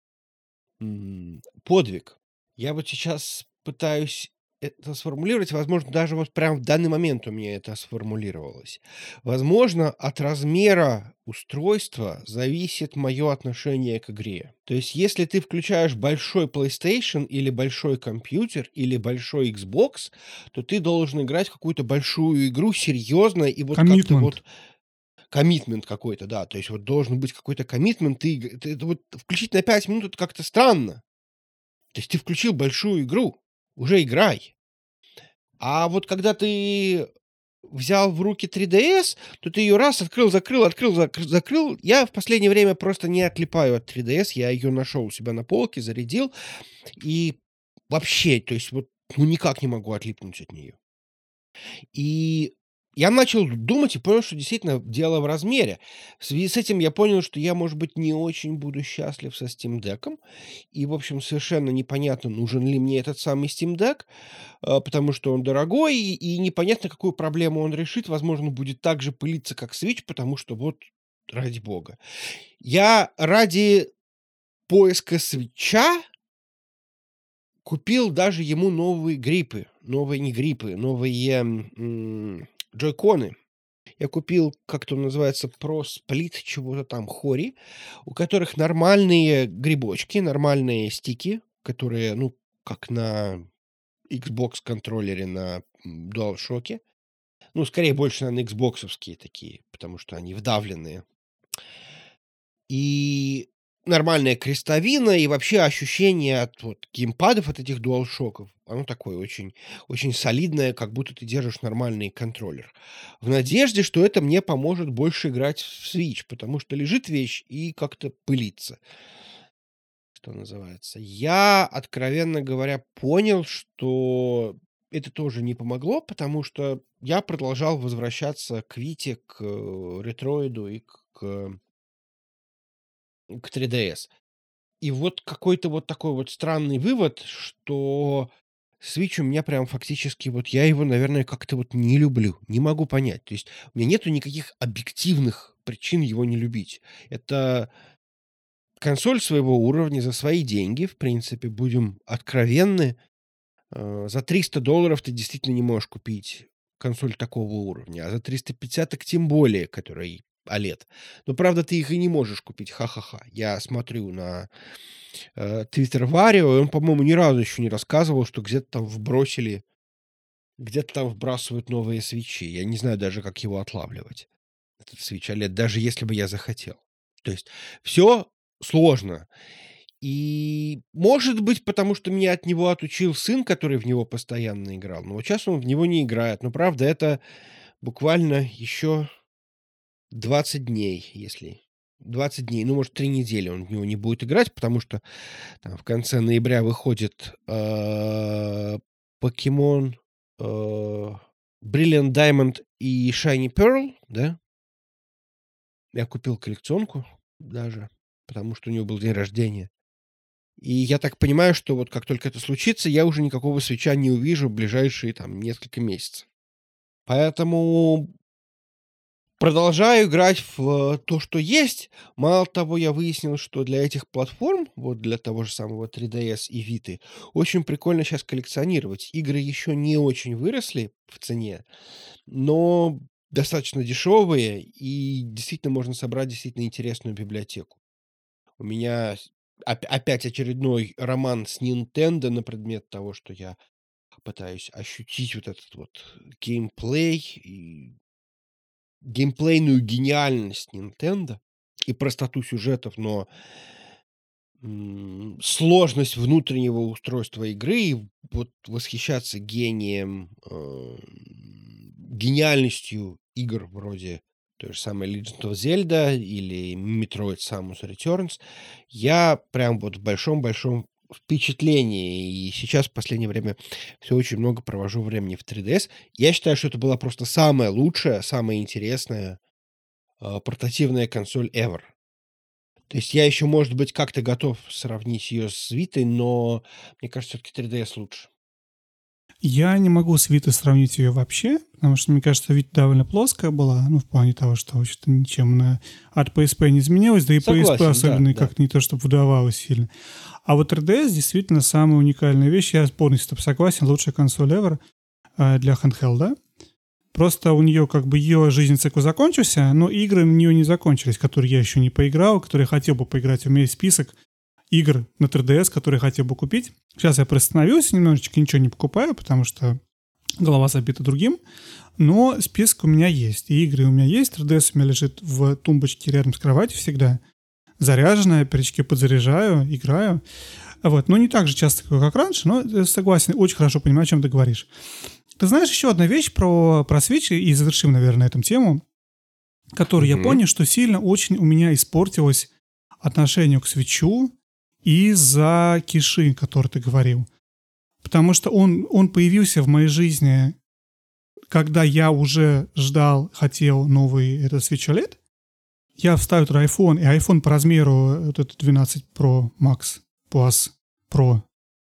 подвиг. Я вот сейчас пытаюсь это сформулировать, возможно, даже вот прям в данный момент у меня это сформулировалось. Возможно, от размера устройства зависит мое отношение к игре. То есть, если ты включаешь большой PlayStation или большой компьютер или большой Xbox, то ты должен играть в какую-то большую игру серьезно и вот как-то Коммитмент. вот коммитмент какой-то, да. То есть вот должен быть какой-то коммитмент. Ты это вот включить на 5 минут — это как-то странно. То есть ты включил большую игру, уже играй. А вот когда ты взял в руки 3DS, то ты ее раз открыл, закрыл, открыл, закрыл. Я в последнее время просто не отлипаю от 3DS. Я ее нашел у себя на полке, зарядил. И вообще, то есть вот ну никак не могу отлипнуть от нее. И я начал думать и понял, что действительно дело в размере. В связи с этим я понял, что я, может быть, не очень буду счастлив со Steam Deck'ом. И, в общем, совершенно непонятно, нужен ли мне этот самый Steam Deck, потому что он дорогой, и непонятно, какую проблему он решит. Возможно, будет так же пылиться, как Switch, потому что вот ради бога. Я ради поиска свитча купил даже ему новые гриппы. Новые не гриппы, новые джойконы. Я купил, как то называется, Pro Split чего-то там, Хори, у которых нормальные грибочки, нормальные стики, которые, ну, как на Xbox контроллере на DualShock. Ну, скорее, больше, наверно, иксбоксовские такие, потому что они вдавленные. И нормальная крестовина, и вообще ощущение от вот геймпадов, от этих DualShock'ов, оно такое очень очень солидное, как будто ты держишь нормальный контроллер. В надежде, что это мне поможет больше играть в Switch, потому что лежит вещь и как-то пылится, что называется. Я, откровенно говоря, понял, что это тоже не помогло, потому что я продолжал возвращаться к Вите, к Ретроиду и к 3DS. И вот какой-то вот такой вот странный вывод, что Switch у меня прям фактически вот я его, наверное, как-то вот не люблю, не могу понять. То есть у меня нету никаких объективных причин его не любить. Это консоль своего уровня за свои деньги, в принципе, будем откровенны. За $300 ты действительно не можешь купить консоль такого уровня, а за 350 так тем более, который OLED. Но, правда, ты их и не можешь купить, ха-ха-ха. Я смотрю на Твиттер Варио, и он, по-моему, ни разу еще не рассказывал, что где-то там вбросили, где-то там вбрасывают новые свечи. Я не знаю даже, как его отлавливать, этот свич OLED, даже если бы я захотел. То есть все сложно. И, может быть, потому что меня от него отучил сын, который в него постоянно играл. Но вот щас он в него не играет. Но, правда, это буквально еще 20 дней, если 20 дней, ну, может, 3 недели он в него не будет играть, потому что там в конце ноября выходит, "Покемон", э, "Brilliant Diamond" и "Shiny Pearl", да? Я купил коллекционку даже, потому что у него был день рождения. И я так понимаю, что вот как только это случится, я уже никакого свеча не увижу в ближайшие там несколько месяцев. Поэтому продолжаю играть в то, что есть. Мало того, я выяснил, что для этих платформ, вот для того же самого 3DS и Vita, очень прикольно сейчас коллекционировать. Игры еще не очень выросли в цене, но достаточно дешевые, и действительно можно собрать действительно интересную библиотеку. У меня опять очередной роман с Nintendo на предмет того, что я пытаюсь ощутить вот этот вот геймплей и геймплейную гениальность Nintendo и простоту сюжетов, но сложность внутреннего устройства игры, и вот восхищаться гением, гениальностью игр вроде той же самой Legend of Zelda или Metroid Samus Returns, я прям вот в большом-большом впечатление. И сейчас в последнее время все очень много провожу времени в 3DS. Я считаю, что это была просто самая лучшая, самая интересная портативная консоль ever. То есть я еще, может быть, как-то готов сравнить ее с Витой, но мне кажется, все-таки 3DS лучше. Я не могу с Витой сравнить ее вообще, потому что, мне кажется, Вита довольно плоская была, ну, в плане того, что вообще-то ничем она от PSP не изменилась, да и PSP Согласен, особенно да. как-то не то, чтобы выдавалась сильно. А вот 3DS действительно самая уникальная вещь, я полностью согласен, лучшая консоль ever для handheld. Просто у нее как бы ее жизненный цикл закончился, но игры на нее не закончились, которые я еще не поиграл, которые я хотел бы поиграть. У меня есть список игр на 3DS, которые я хотел бы купить. Сейчас я приостановился немножечко, ничего не покупаю, потому что голова забита другим. Но список у меня есть, и игры у меня есть. 3DS у меня лежит в тумбочке рядом с кроватью всегда. Заряженная, периодически подзаряжаю, играю. Вот. Ну, не так же часто, как раньше, но согласен, очень хорошо понимаю, о чем ты говоришь. Ты знаешь, еще одна вещь про Switch, и завершим, наверное, эту тему, которую я понял, что сильно очень у меня испортилось отношение к Switch'у из-за Киши, который ты говорил. Потому что он появился в моей жизни, когда я уже ждал, хотел новый этот Switch OLED. Я вставил туда iPhone, и iPhone по размеру вот этот 12 Pro Max Plus Pro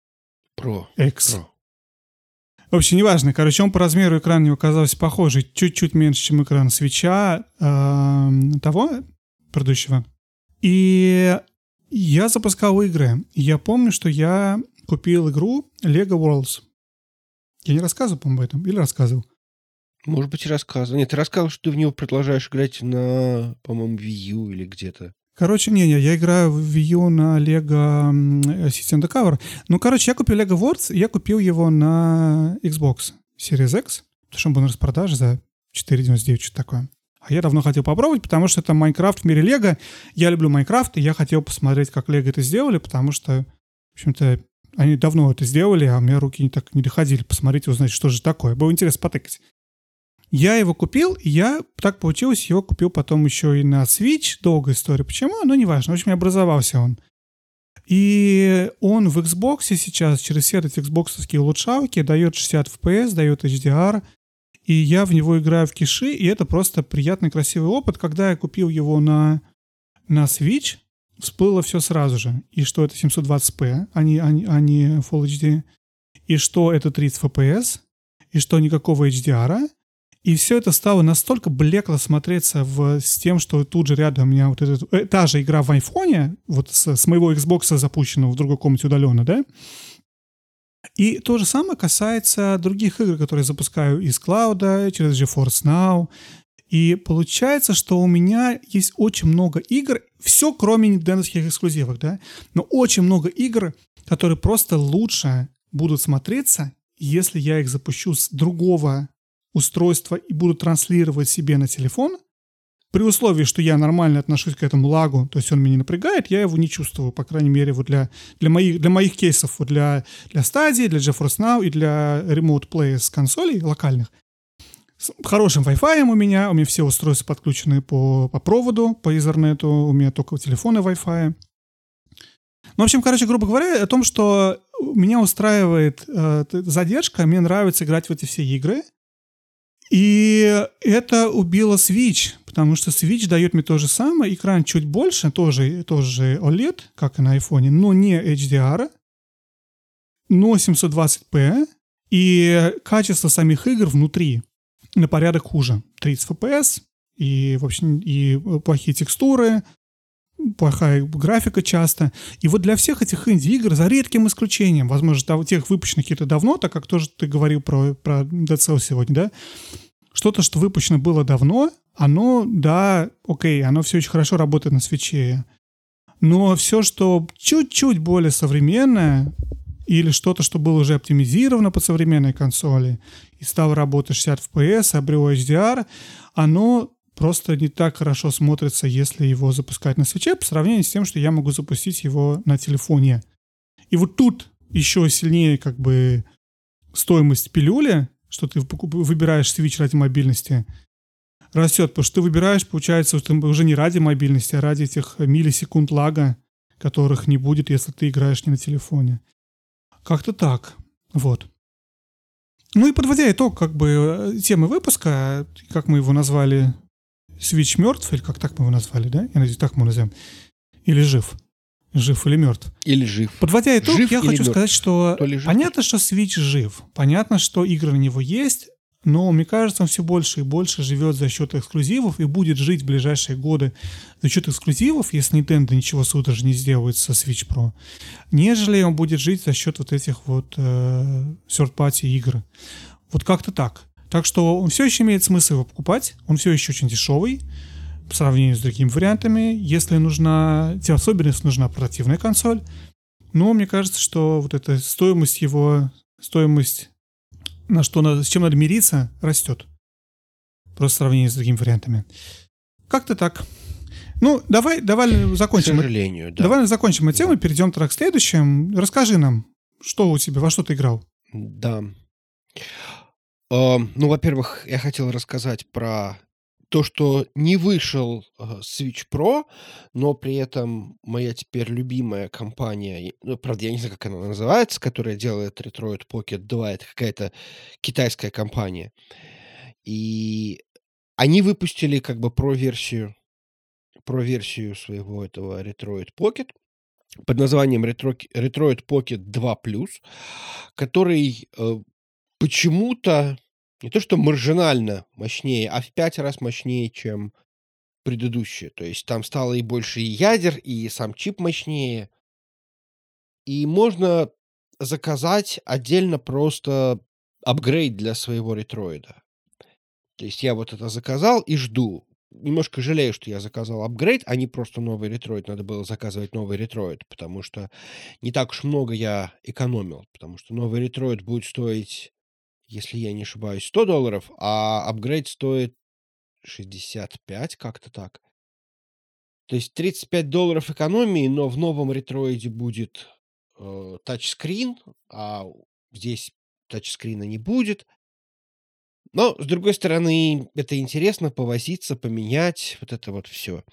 X. Pro. В общем, неважно. Короче, он по размеру экрана не оказался похожий, чуть-чуть меньше, чем экран Switch'а того предыдущего. И я запускал игры. И я помню, что я купил игру Lego Worlds. Я не рассказывал, по-моему, об этом? Или рассказывал? Может быть, и рассказывал. Нет, ты рассказывал, что ты в него продолжаешь играть на, по-моему, Wii U или где-то. Короче, я играю в Wii U на Lego City Undercover. Ну, короче, я купил Lego Worlds, я купил его на Xbox Series X, потому что он был на распродаже за $4.99, что-то такое. А я давно хотел попробовать, потому что это Майнкрафт в мире Лего. Я люблю Майнкрафт, и я хотел посмотреть, как Лего это сделали, потому что, в общем-то, они давно это сделали, а у меня руки так не доходили посмотреть и узнать, что же такое. Было интересно потыкать. Я его купил, и я, так получилось, его купил потом еще и на Switch. Долгая история. Почему? Но неважно. В общем, образовался он. И он в Xbox сейчас через все эти Xbox-овские улучшалки дает 60 FPS, дает HDR. И я в него играю в Киши, и это просто приятный, красивый опыт. Когда я купил его на Switch, всплыло все сразу же. И что это 720p, а не Full HD. И что это 30 FPS. И что никакого HDR. И все это стало настолько блекло смотреться с тем, что тут же рядом у меня вот та же игра в айфоне, вот с моего Xbox запущенного в другой комнате удаленно, да? И то же самое касается других игр, которые я запускаю из клауда, через GeForce Now. И получается, что у меня есть очень много игр, все кроме нинтендовских эксклюзивов, да? Но очень много игр, которые просто лучше будут смотреться, если я их запущу с другого устройства и буду транслировать себе на телефон, при условии, что я нормально отношусь к этому лагу, то есть он меня не напрягает, я его не чувствую, по крайней мере, вот для моих кейсов, вот для Stadia, для GeForce Now и для Remote Play с консолей локальных. С хорошим Wi-Fi у меня все устройства подключены по проводу, по Ethernet, у меня только телефоны Wi-Fi. Ну, в общем, грубо говоря, о том, что меня устраивает задержка, мне нравится играть в эти все игры. И это убило Switch, потому что Switch дает мне то же самое. Экран чуть больше, тоже OLED, как и на iPhone, но не HDR, но 720p. И качество самих игр внутри на порядок хуже. 30 FPS, и, в общем, и плохие текстуры, плохая графика часто. И вот для всех этих инди-игр, за редким исключением, возможно, тех выпущенных какие-то давно, так как тоже ты говорил про Dead Cells сегодня, да, что-то, что выпущено было давно, оно, да, окей, оно все очень хорошо работает на свитче. Но все, что чуть-чуть более современное, или что-то, что было уже оптимизировано под современные консоли, и стало работать 60 FPS, обрело HDR, оно просто не так хорошо смотрится, если его запускать на свитче, по сравнению с тем, что я могу запустить его на телефоне. И вот тут еще сильнее как бы стоимость пилюли, что ты выбираешь свитч ради мобильности, растет, потому что ты выбираешь, получается, уже не ради мобильности, а ради этих миллисекунд лага, которых не будет, если ты играешь не на телефоне. Как-то так. Вот. Ну и подводя итог темы выпуска, как мы его назвали, Switch мертв, или как так мы его назвали, да? Я надеюсь, так мы его назовем. Или жив. Жив или мертв. Или жив. Подводя итог, Жив я или хочу мертв. сказать, что То ли жив, понятно, что Switch жив. Понятно, что игры на него есть, но мне кажется, он все больше и больше живет за счет эксклюзивов и будет жить в ближайшие годы за счет эксклюзивов, если Nintendo ничего даже не сделает со Switch Pro, нежели он будет жить за счет вот этих вот third-party игр. Вот как-то так. Так что он все еще имеет смысл его покупать, он все еще очень дешевый по сравнению с другими вариантами. Если нужна, тем особенно если нужна портативная консоль, но мне кажется, что вот эта стоимость с чем надо мириться, растет. Просто в сравнении с другими вариантами. Как-то так. Ну, давай закончим. К сожалению, да. Давай закончим эту тему, перейдем к следующему. Расскажи нам, что у тебя, во что ты играл? Да. Ну, во-первых, я хотел рассказать про то, что не вышел Switch Pro, но при этом моя теперь любимая компания, ну, правда, я не знаю, как она называется, которая делает Retroid Pocket 2, это какая-то китайская компания. И они выпустили как бы про-версию своего этого Retroid Pocket под названием Retroid Pocket 2 Plus, который почему-то не то что маржинально мощнее, а в 5 раз мощнее, чем предыдущие. То есть там стало и больше и ядер, и сам чип мощнее. И можно заказать отдельно просто апгрейд для своего ретроида. То есть я вот это заказал и жду. Немножко жалею, что я заказал апгрейд, а не просто новый ретроид. Надо было заказывать новый ретроид, потому что не так уж много я экономил. Потому что новый ретроид будет стоить, если я не ошибаюсь, $100, а апгрейд стоит 65, как-то так. То есть $35 экономии, но в новом ретроиде будет тачскрин, а здесь тачскрина не будет. Но, с другой стороны, это интересно повозиться, поменять, вот это вот все.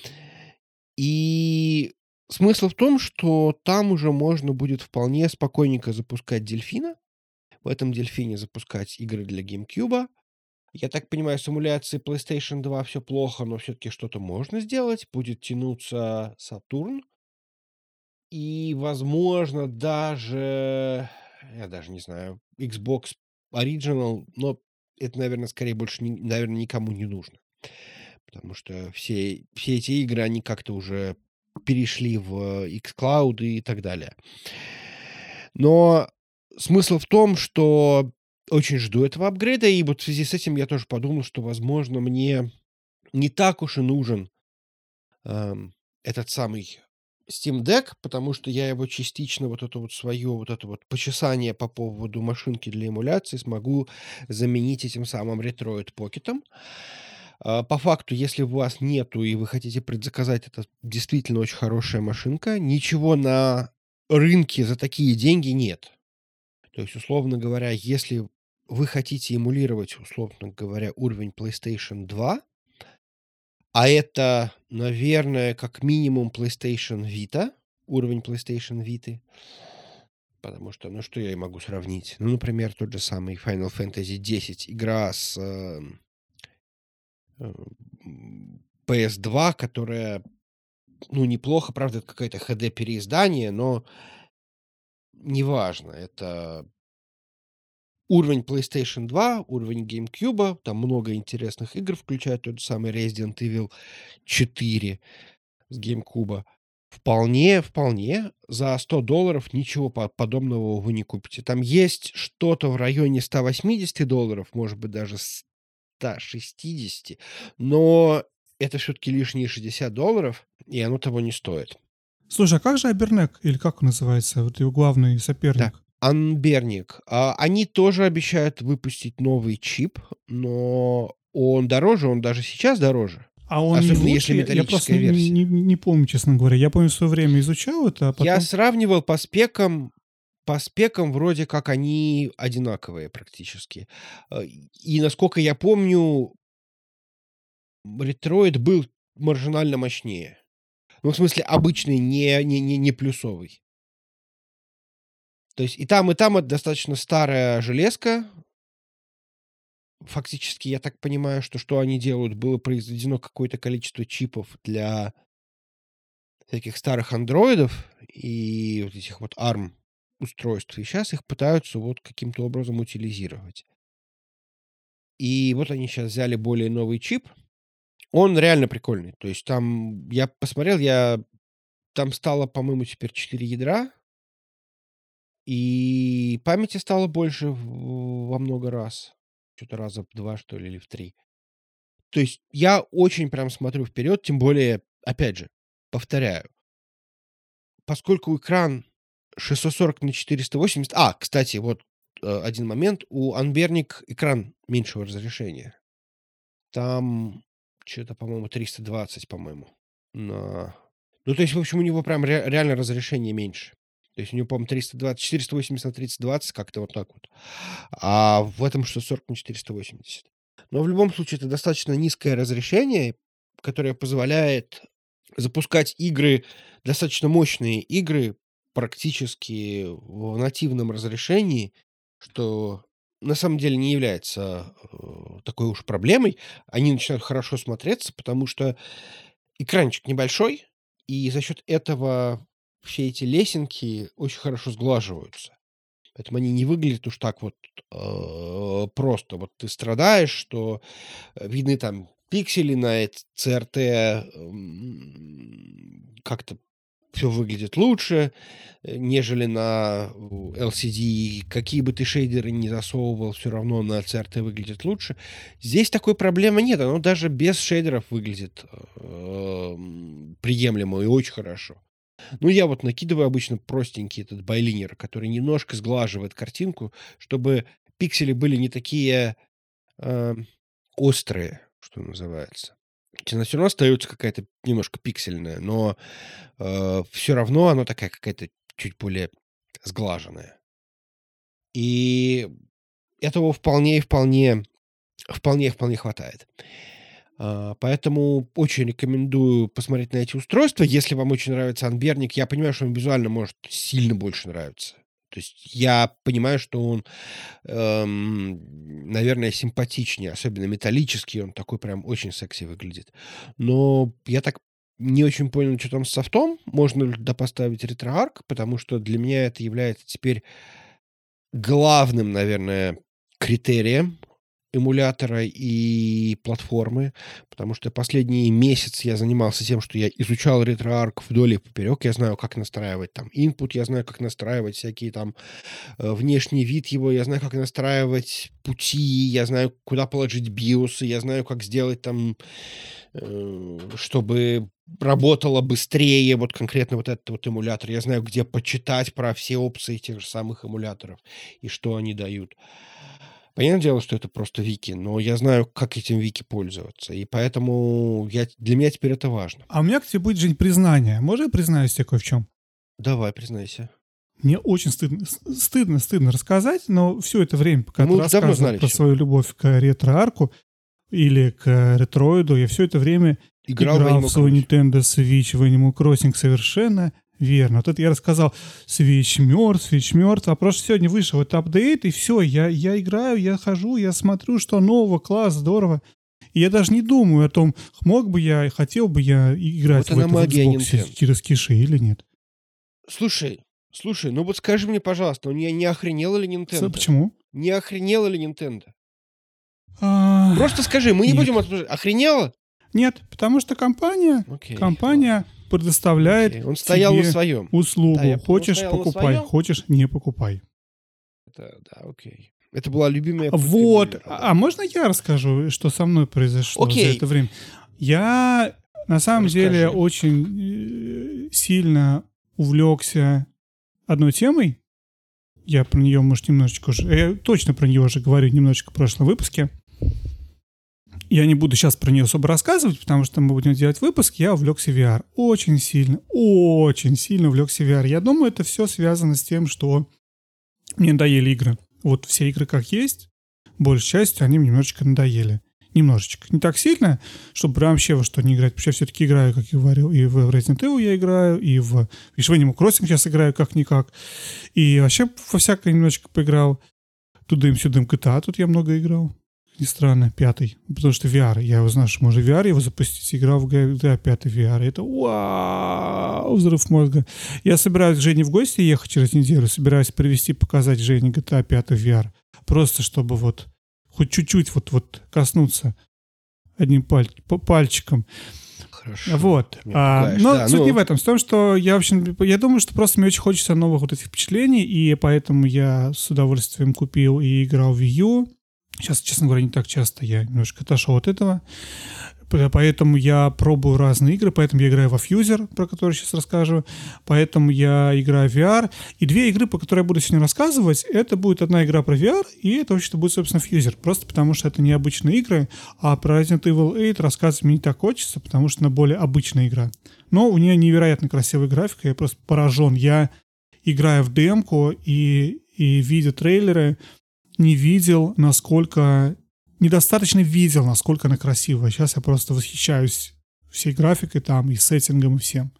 И смысл в том, что там уже можно будет вполне спокойненько запускать дельфина. В этом дельфине запускать игры для GameCube. Я так понимаю, с эмуляцией PlayStation 2 все плохо, но все-таки что-то можно сделать. Будет тянуться Saturn. И, возможно, даже, я даже не знаю, Xbox Original, но это, наверное, скорее больше, наверное, никому не нужно. Потому что все эти игры, они как-то уже перешли в xCloud и так далее. Но смысл в том, что очень жду этого апгрейда, и вот в связи с этим я тоже подумал, что, возможно, мне не так уж и нужен этот самый Steam Deck, потому что я его частично вот это вот почесание по поводу машинки для эмуляции смогу заменить этим самым Retroid Pocket'ом. По факту, если у вас нету и вы хотите предзаказать, это действительно очень хорошая машинка. Ничего на рынке за такие деньги нет. То есть, условно говоря, если вы хотите эмулировать, условно говоря, уровень PlayStation 2, а это, наверное, как минимум PlayStation Vita, уровень PlayStation Vita, потому что, ну, что я и могу сравнить? Ну, например, тот же самый Final Fantasy X, игра с PS2, которая, ну, неплохо, правда, это какое-то HD-переиздание, но неважно, это уровень PlayStation 2, уровень GameCube, там много интересных игр, включая тот же самый Resident Evil 4 с GameCube. Вполне за $100 ничего подобного вы не купите. Там есть что-то в районе $180, может быть, даже 160, но это все-таки лишние $60, и оно того не стоит. Слушай, а как же Абернек, или как он называется, вот его главный Да, соперник? Анберник. Они тоже обещают выпустить новый чип, но он дороже, он даже сейчас дороже. А он не Особенно лучше? если Я просто металлическая версия. не помню, честно говоря. Я помню, в свое время изучал это, а Я потом... сравнивал по спекам вроде как они одинаковые практически. И насколько я помню, Retroid был маржинально мощнее. Ну, в смысле, обычный, не плюсовый. То есть и там это достаточно старая железка. Фактически, я так понимаю, что они делают, было произведено какое-то количество чипов для всяких старых андроидов и вот этих вот ARM устройств. И сейчас их пытаются вот каким-то образом утилизировать. И вот они сейчас взяли более новый чип. Он реально прикольный. То есть там, я посмотрел, там стало, по-моему, теперь 4 ядра, и памяти стало больше во много раз. Что-то раза в 2, что ли, или в 3. То есть я очень прям смотрю вперед, тем более, опять же, повторяю, поскольку экран 640 на 480... кстати, вот один момент. У Anbernic экран меньшего разрешения. Там что-то, по-моему, 320, по-моему. Ну, то есть, в общем, у него прям реально разрешение меньше. То есть у него, по-моему, 480 на 320, как-то вот так вот. А в этом 640 на 480. Но в любом случае это достаточно низкое разрешение, которое позволяет запускать игры, достаточно мощные игры, практически в нативном разрешении, что на самом деле не является такой уж проблемой. Они начинают хорошо смотреться, потому что экранчик небольшой, и за счет этого все эти лесенки очень хорошо сглаживаются. Поэтому они не выглядят уж так вот просто. Вот ты страдаешь, что видны там пиксели на CRT, как-то все выглядит лучше, нежели на LCD. Какие бы ты шейдеры ни засовывал, все равно на CRT выглядит лучше. Здесь такой проблемы нет. Оно даже без шейдеров выглядит приемлемо и очень хорошо. Ну, я вот накидываю обычно простенький этот байлинер, который немножко сглаживает картинку, чтобы пиксели были не такие острые, что называется. Она все равно остается какая-то немножко пиксельная, но все равно она такая какая-то чуть более сглаженная. И этого вполне хватает. Поэтому очень рекомендую посмотреть на эти устройства. Если вам очень нравится Anbernic, я понимаю, что он визуально может сильно больше нравиться. То есть я понимаю, что он, наверное, симпатичнее, особенно металлический, он такой прям очень секси выглядит. Но я так не очень понял, что там с софтом. Можно ли туда поставить RetroArch, потому что для меня это является теперь главным, наверное, критерием эмулятора и платформы, потому что последний месяц я занимался тем, что я изучал RetroArch вдоль и поперек. Я знаю, как настраивать там input, я знаю, как настраивать всякие там внешний вид его, я знаю, как настраивать пути, я знаю, куда положить биосы, я знаю, как сделать там, чтобы работало быстрее, вот конкретно вот этот вот эмулятор. Я знаю, где почитать про все опции тех же самых эмуляторов и что они дают. Понятное дело, что это просто вики, но я знаю, как этим вики пользоваться, и поэтому для меня теперь это важно. А у меня к тебе будет, Жень, признание. Можно я признаюсь тебе кое в чем? Давай, признайся. Мне очень стыдно рассказать, но все это время, пока Мы ты уже давно рассказывал знали про всё. свою любовь к ретро-арку или к ретроиду, я все это время играл в Animal свой Crossing. Nintendo Switch, в Animal Crossing совершенно верно. Вот это я рассказал, Switch мертв, а просто сегодня вышел этот апдейт, и все, я играю, я хожу, я смотрю, что нового, класс, здорово. И я даже не думаю о том, мог бы я, хотел бы я играть Вот в она это в магия Xbox Nintendo. через киши или нет. Слушай, ну вот скажи мне, пожалуйста, у меня не охренела ли Nintendo? Почему? Не охренела ли Nintendo? А, Просто скажи, мы не нет. будем обсуждать. Охренела? Нет, потому что компания Окей, предоставляет окей. Он стоял на тебе своем. услугу. Да, я понял, Хочешь — стоял на покупай, своем. хочешь — не покупай. Да, окей. Это была любимая пытка Вот. Гулливера, да. А можно я расскажу, что со мной произошло за Окей. это время? Я на самом Расскажи. деле очень сильно увлекся одной темой. Я про нее, может, немножечко уже... Я точно про нее уже говорю немножечко в прошлом выпуске. Я не буду сейчас про нее особо рассказывать, потому что мы будем делать выпуск. Я увлекся VR. Очень сильно увлекся VR. Я думаю, это все связано с тем, что мне надоели игры. Вот все игры как есть, большей частью они мне немножечко надоели. Немножечко. Не так сильно, чтобы прям вообще во что не играть. Потому что я все-таки играю, как я говорил, и в Resident Evil я играю, и в Animal Crossing сейчас играю как-никак. И вообще во всякое немножечко поиграл. Тудым-сюдым GTA тут я много играл. Не странно, 5. Потому что VR. Я его знаю, что можно в VR его запустить. Играл в GTA 5 VR. Это вау! Взрыв мозга. Я собираюсь к Жене в гости ехать через неделю. Собираюсь привезти, показать Жене GTA 5 VR. Просто чтобы вот хоть чуть-чуть вот коснуться одним пальчиком. Хорошо. Вот. Но суть не в этом. В том, что я думаю, что просто мне очень хочется новых вот этих впечатлений, и поэтому я с удовольствием купил и играл в Wii U. Сейчас, честно говоря, не так часто. Я немножко отошел от этого. Поэтому я пробую разные игры. Поэтому я играю во Fuser, про который сейчас расскажу. Поэтому я играю в VR. И 2 игры, по которым я буду сегодня рассказывать, это будет одна игра про VR, и это вообще-то будет, собственно, Fuser. Просто потому, что это необычные игры, а про Resident Evil 8 рассказывать мне не так хочется, потому что она более обычная игра. Но у нее невероятно красивая графика. Я просто поражен. Я, играя в демку и видя трейлеры, недостаточно видел, насколько она красивая. Сейчас я просто восхищаюсь всей графикой там, и сеттингом, и всем.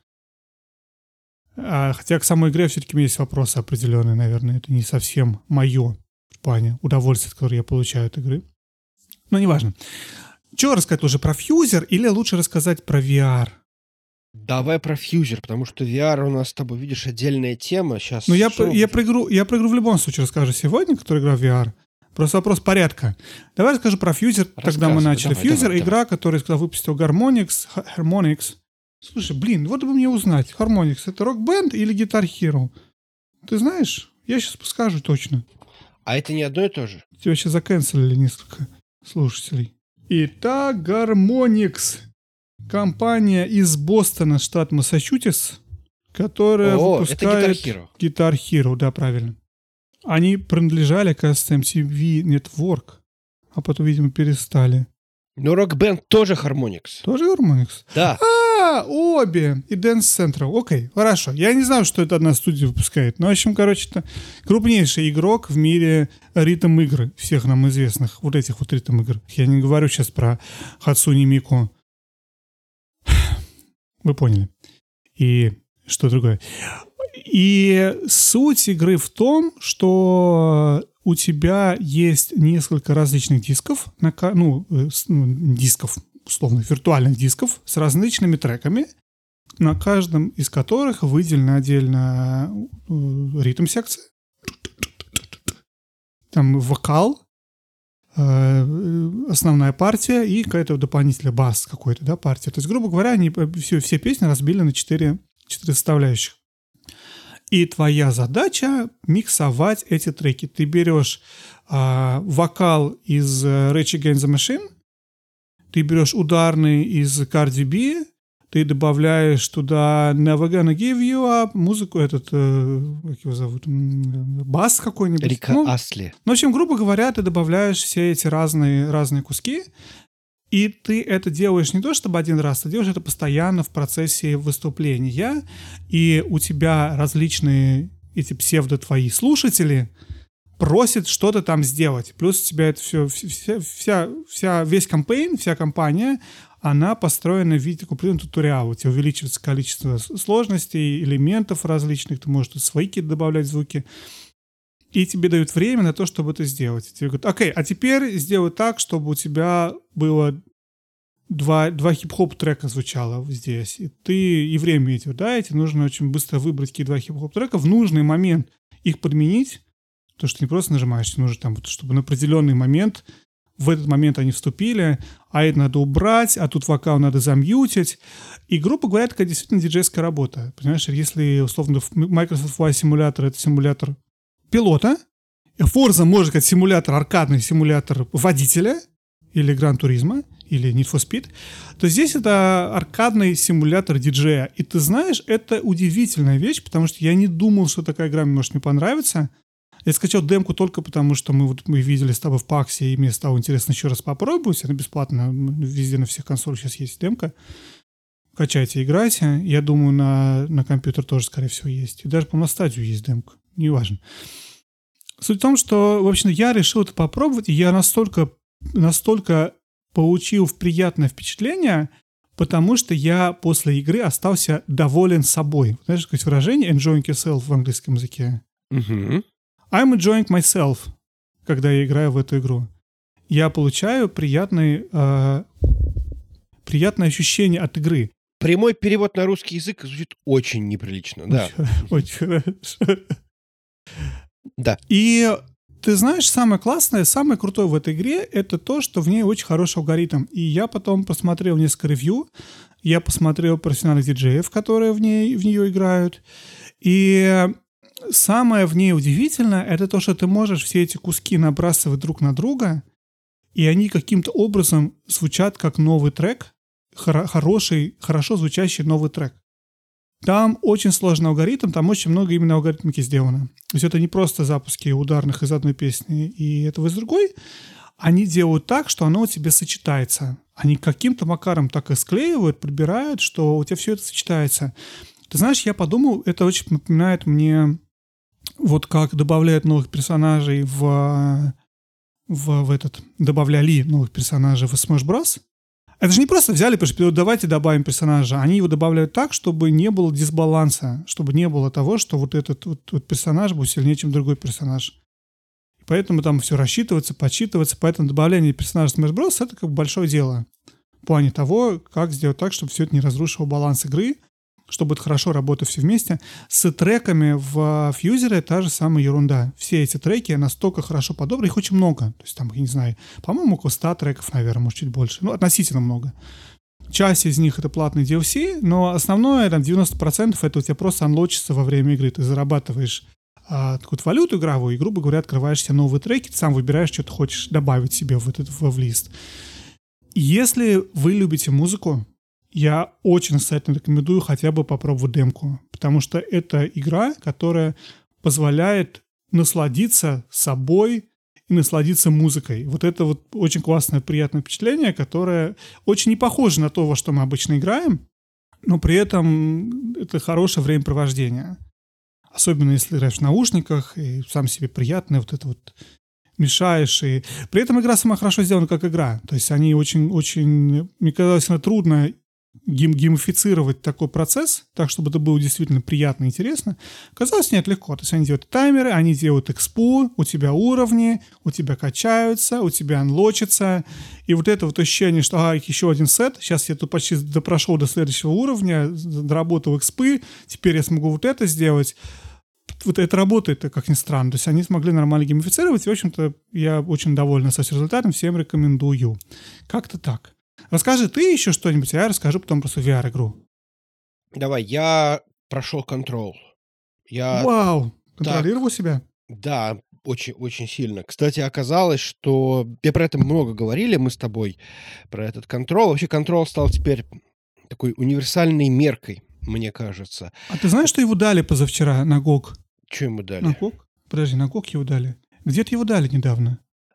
Хотя к самой игре все-таки у меня есть вопросы определенные, наверное. Это не совсем мое в плане удовольствия, которое я получаю от игры. Но неважно. Что рассказать уже про Fuser или лучше рассказать про VR? Давай про Fuser, потому что VR у нас с тобой, видишь, отдельная тема. Сейчас. Ну, я про игру в любом случае расскажу сегодня, которая игра в VR. Просто вопрос порядка. Давай расскажу про Fuser. Тогда мы начали. Fuser — игра, которую выпустил Harmonix. Слушай, вот бы мне узнать, Harmonix — это рок-бенд или Guitar Hero? Ты знаешь? Я сейчас скажу точно. А это не одно и то же? Тебя сейчас заканцелили несколько слушателей. Итак, Harmonix. Компания из Бостона, штат Массачусетс, которая выпускает Guitar Hero, да, правильно. Они принадлежали, кажется, MTV Network, а потом, видимо, перестали. Но рок-бенд тоже Harmonix. Тоже Harmonix? Да. Обе. И Dance Central. Окей, хорошо. Я не знаю, что это одна студия выпускает. Но, в общем, это крупнейший игрок в мире ритм-игр, всех нам известных, вот этих вот ритм-игр. Я не говорю сейчас про Хацуни Мику. Вы поняли. И что другое. И суть игры в том, что у тебя есть несколько различных дисков, дисков, условно, виртуальных дисков с различными треками, на каждом из которых выделена отдельно ритм-секция, там вокал, основная партия и какая-то дополнительная бас какой-то, да, партия. То есть, грубо говоря, они все песни разбили на 4 составляющих. И твоя задача миксовать эти треки. Ты берешь вокал из Rage Against the Machine, ты берешь ударный из Cardi B, ты добавляешь туда Never Gonna Give You Up, музыку как его зовут, бас какой-нибудь. Рика Астли. В общем, грубо говоря, ты добавляешь все эти разные куски, и ты это делаешь не то, чтобы один раз, ты делаешь это постоянно в процессе выступления, и у тебя различные эти псевдо-твои слушатели просят что-то там сделать. Плюс у тебя это весь кампейн, вся кампания, она построена в виде такого туториала. У тебя увеличивается количество сложностей, элементов различных, ты можешь тут свои какие-то добавлять звуки. И тебе дают время на то, чтобы это сделать. Тебе говорят, окей, а теперь сделай так, чтобы у тебя было два хип-хоп трека звучало здесь. И время идет, да, и тебе нужно очень быстро выбрать какие 2 хип-хоп трека, в нужный момент их подменить, потому что ты не просто нажимаешь, нужно там, чтобы на определенный момент, в этот момент они вступили, а это надо убрать, а тут вокал надо замьютить. И, грубо говоря, это действительно диджейская работа. Понимаешь, если, условно, Microsoft Flight Simulator — это симулятор пилота, Forza, можно сказать, аркадный симулятор водителя или Gran Turismo, или Need for Speed, то здесь это аркадный симулятор диджея. И ты знаешь, это удивительная вещь, потому что я не думал, что такая игра может мне понравиться. Я скачал демку только потому, что мы видели с тобой в ПАКСе, и мне стало интересно еще раз попробовать. Она бесплатно, везде на всех консолях сейчас есть демка. Качайте, играйте. Я думаю, на компьютер тоже, скорее всего, есть. И даже, по-моему, на стадию есть демка. Неважно. Суть в том, что, в общем, я решил это попробовать, и я настолько получив приятное впечатление, потому что я после игры остался доволен собой. Знаешь, какое выражение enjoying yourself в английском языке? Мгм. I'm enjoying myself, когда я играю в эту игру. Я получаю приятное ощущение от игры. Прямой перевод на русский язык звучит очень неприлично, да. Очень хорошо. Да. И ты знаешь, самое классное, самое крутое в этой игре — это то, что в ней очень хороший алгоритм. И я потом посмотрел несколько ревью, я посмотрел профессиональных диджеев, которые в нее играют. И самое в ней удивительное — это то, что ты можешь все эти куски набрасывать друг на друга, и они каким-то образом звучат как новый трек, хороший, хорошо звучащий новый трек. Там очень сложный алгоритм, там очень много именно алгоритмики сделано. То есть это не просто запуски ударных из одной песни и этого из другой. Они делают так, что оно у тебя сочетается. Они каким-то макаром так и склеивают, подбирают, что у тебя все это сочетается. Ты знаешь, я подумал, это очень напоминает мне вот как добавляют новых персонажей добавляли новых персонажей в Smash Bros. Это же не просто взяли, потому давайте добавим персонажа. Они его добавляют так, чтобы не было дисбаланса, чтобы не было того, что вот этот вот персонаж был сильнее, чем другой персонаж. И поэтому там все рассчитывается, подсчитывается. Поэтому добавление персонажа Smash Bros. Это как бы большое дело. В плане того, как сделать так, чтобы все это не разрушило баланс игры, чтобы это хорошо работало все вместе. С треками в фьюзере та же самая ерунда. Все эти треки настолько хорошо подобраны, их очень много. То есть там, я не знаю, по-моему, около 100 треков, наверное, может, чуть больше. Ну, относительно много. Часть из них — это платный DLC, но основное, там, 90% это у тебя просто анлочится во время игры. Ты зарабатываешь какую-то валюту игровую и, грубо говоря, открываешь себе новые треки, ты сам выбираешь, что ты хочешь добавить себе в лист. Если вы любите музыку, я очень настоятельно рекомендую хотя бы попробовать демку, потому что это игра, которая позволяет насладиться собой и насладиться музыкой. Вот это вот очень классное, приятное впечатление, которое очень не похоже на то, во что мы обычно играем, но при этом это хорошее времяпровождение. Особенно если играешь в наушниках, и сам себе приятно, вот это вот мешаешь. И при этом игра сама хорошо сделана как игра. То есть они очень... Мне казалось, трудно геймифицировать такой процесс, так, чтобы это было действительно приятно и интересно. Казалось, нет, легко. То есть они делают таймеры, они делают экспу, у тебя уровни, у тебя качаются, у тебя анлочатся. И вот это вот ощущение, что еще один сет, сейчас я тут почти допрошел до следующего уровня, доработал экспы, теперь я смогу вот это сделать. Вот это работает, как ни странно. То есть они смогли нормально геймифицировать, и, в общем-то, я очень доволен с этим результатом, всем рекомендую. Как-то так. Расскажи ты еще что-нибудь, а я расскажу потом про свою VR-игру. Давай, я прошел Control. Вау! Контролировал себя? Да, очень сильно. Кстати, оказалось, что... Про это много говорили мы с тобой, про этот Control. Вообще, Control стал теперь такой универсальной меркой, мне кажется. А ты знаешь, что его дали позавчера на GOG? Что ему дали? На GOG? Подожди, на GOG его дали. Где-то его дали недавно.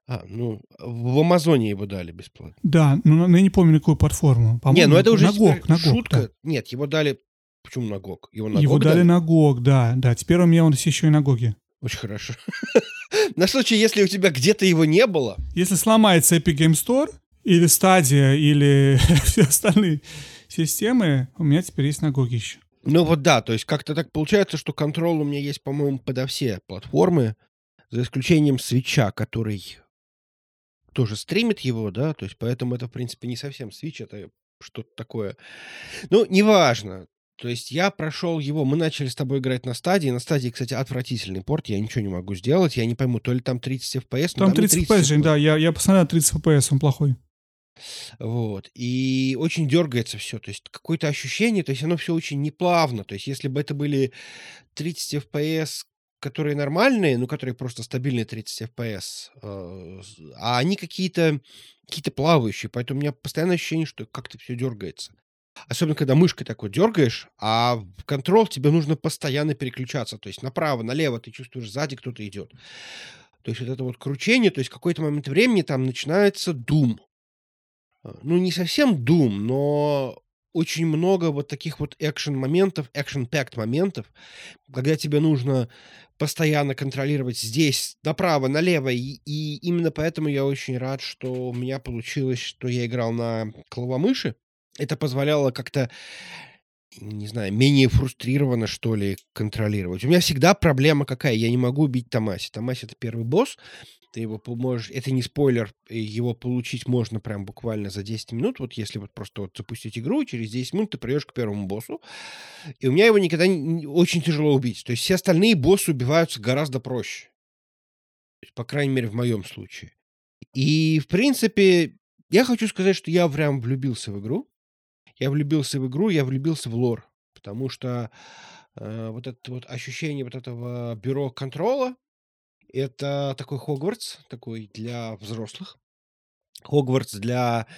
В Амазоне его дали бесплатно. Да, но я не помню, на какую платформу. Не, это уже на GOG, шутка. Да. Нет, его дали... Почему на GOG? Его дали на GOG, да. Теперь у меня он еще и на GOG. Очень хорошо. На случай, если у тебя где-то его не было. Если сломается Epic Game Store, или Stadia, или все остальные системы, у меня теперь есть на GOG еще. То есть как-то так получается, что Control у меня есть, по-моему, подо все платформы, за исключением Switch'а, который тоже стримит его, да, то есть поэтому это, в принципе, не совсем Switch, это что-то такое. Неважно. То есть я прошел его, мы начали с тобой играть на стадии. На стадии, кстати, отвратительный порт, я ничего не могу сделать. Я не пойму, то ли там 30 FPS, там 30 FPS, Жень, да, я посмотрел 30 FPS, он плохой. Вот. И очень дергается все. То есть какое-то ощущение, то есть оно все очень неплавно. То есть если бы это были 30 FPS, которые нормальные, которые просто стабильные 30 FPS, а они какие-то плавающие. Поэтому у меня постоянное ощущение, что как-то все дергается. Особенно, когда мышкой так вот дергаешь, а в Control тебе нужно постоянно переключаться. То есть направо, налево ты чувствуешь, сзади кто-то идет. То есть вот это вот кручение, то есть в какой-то момент времени там начинается Doom. Не совсем Doom, но очень много вот таких вот экшен-моментов, экшен-пэкт моментов, когда тебе нужно постоянно контролировать здесь, направо, налево. И именно поэтому я очень рад, что у меня получилось, что я играл на клавомыши. Это позволяло как-то, не знаю, менее фрустрированно, что ли, контролировать. У меня всегда проблема какая? Я не могу убить Томаси. Томаси — это первый босс. Ты его можешь... Это не спойлер. Его получить можно прям буквально за 10 минут. Вот если вот просто вот запустить игру, через 10 минут ты придешь к первому боссу. И у меня его никогда очень тяжело убить. То есть все остальные боссы убиваются гораздо проще. То есть, по крайней мере, в моем случае. И, в принципе, я хочу сказать, что я прям влюбился в игру. Я влюбился в игру, я влюбился в лор. Потому что вот это вот ощущение вот этого бюро контроля, это такой Хогвартс, такой для взрослых. Хогвартс для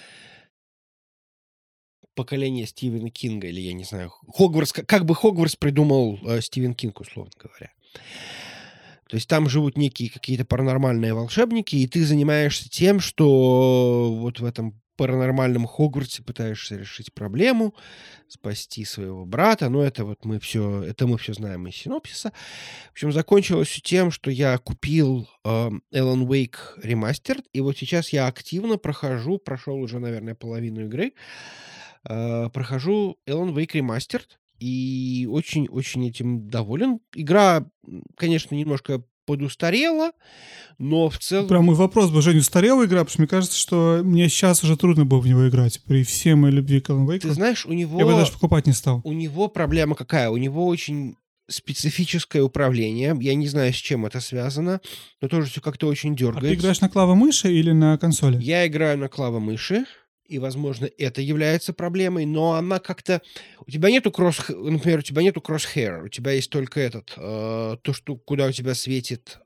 поколения Стивена Кинга, или я не знаю. Хогвартс, как бы Хогвартс придумал Стивен Кинг, условно говоря. То есть там живут некие какие-то паранормальные волшебники, и ты занимаешься тем, что вот в этом паранормальном Хогвартсе пытаешься решить проблему, спасти своего брата. Но это вот мы все знаем из синопсиса. В общем, закончилось всё тем, что я купил Alan Wake Remastered, и вот сейчас я активно прошел уже, наверное, половину игры, прохожу Alan Wake Remastered, и очень-очень этим доволен. Игра, конечно, немножко подустарела, но в целом... Прям мой вопрос был: Женя, устарела игра? Потому что мне кажется, что мне сейчас уже трудно было в него играть при всей моей любви к Alan Wake. Ты знаешь, у него... Я бы даже покупать не стал. У него проблема какая? У него очень специфическое управление. Я не знаю, с чем это связано, но тоже все как-то очень А ты дергается. играешь на клавомыши или на консоли? Я играю на клавомыши, и, возможно, это является проблемой, но она как-то... У тебя нету например, у тебя нету crosshair, у тебя есть только то, что куда у тебя светит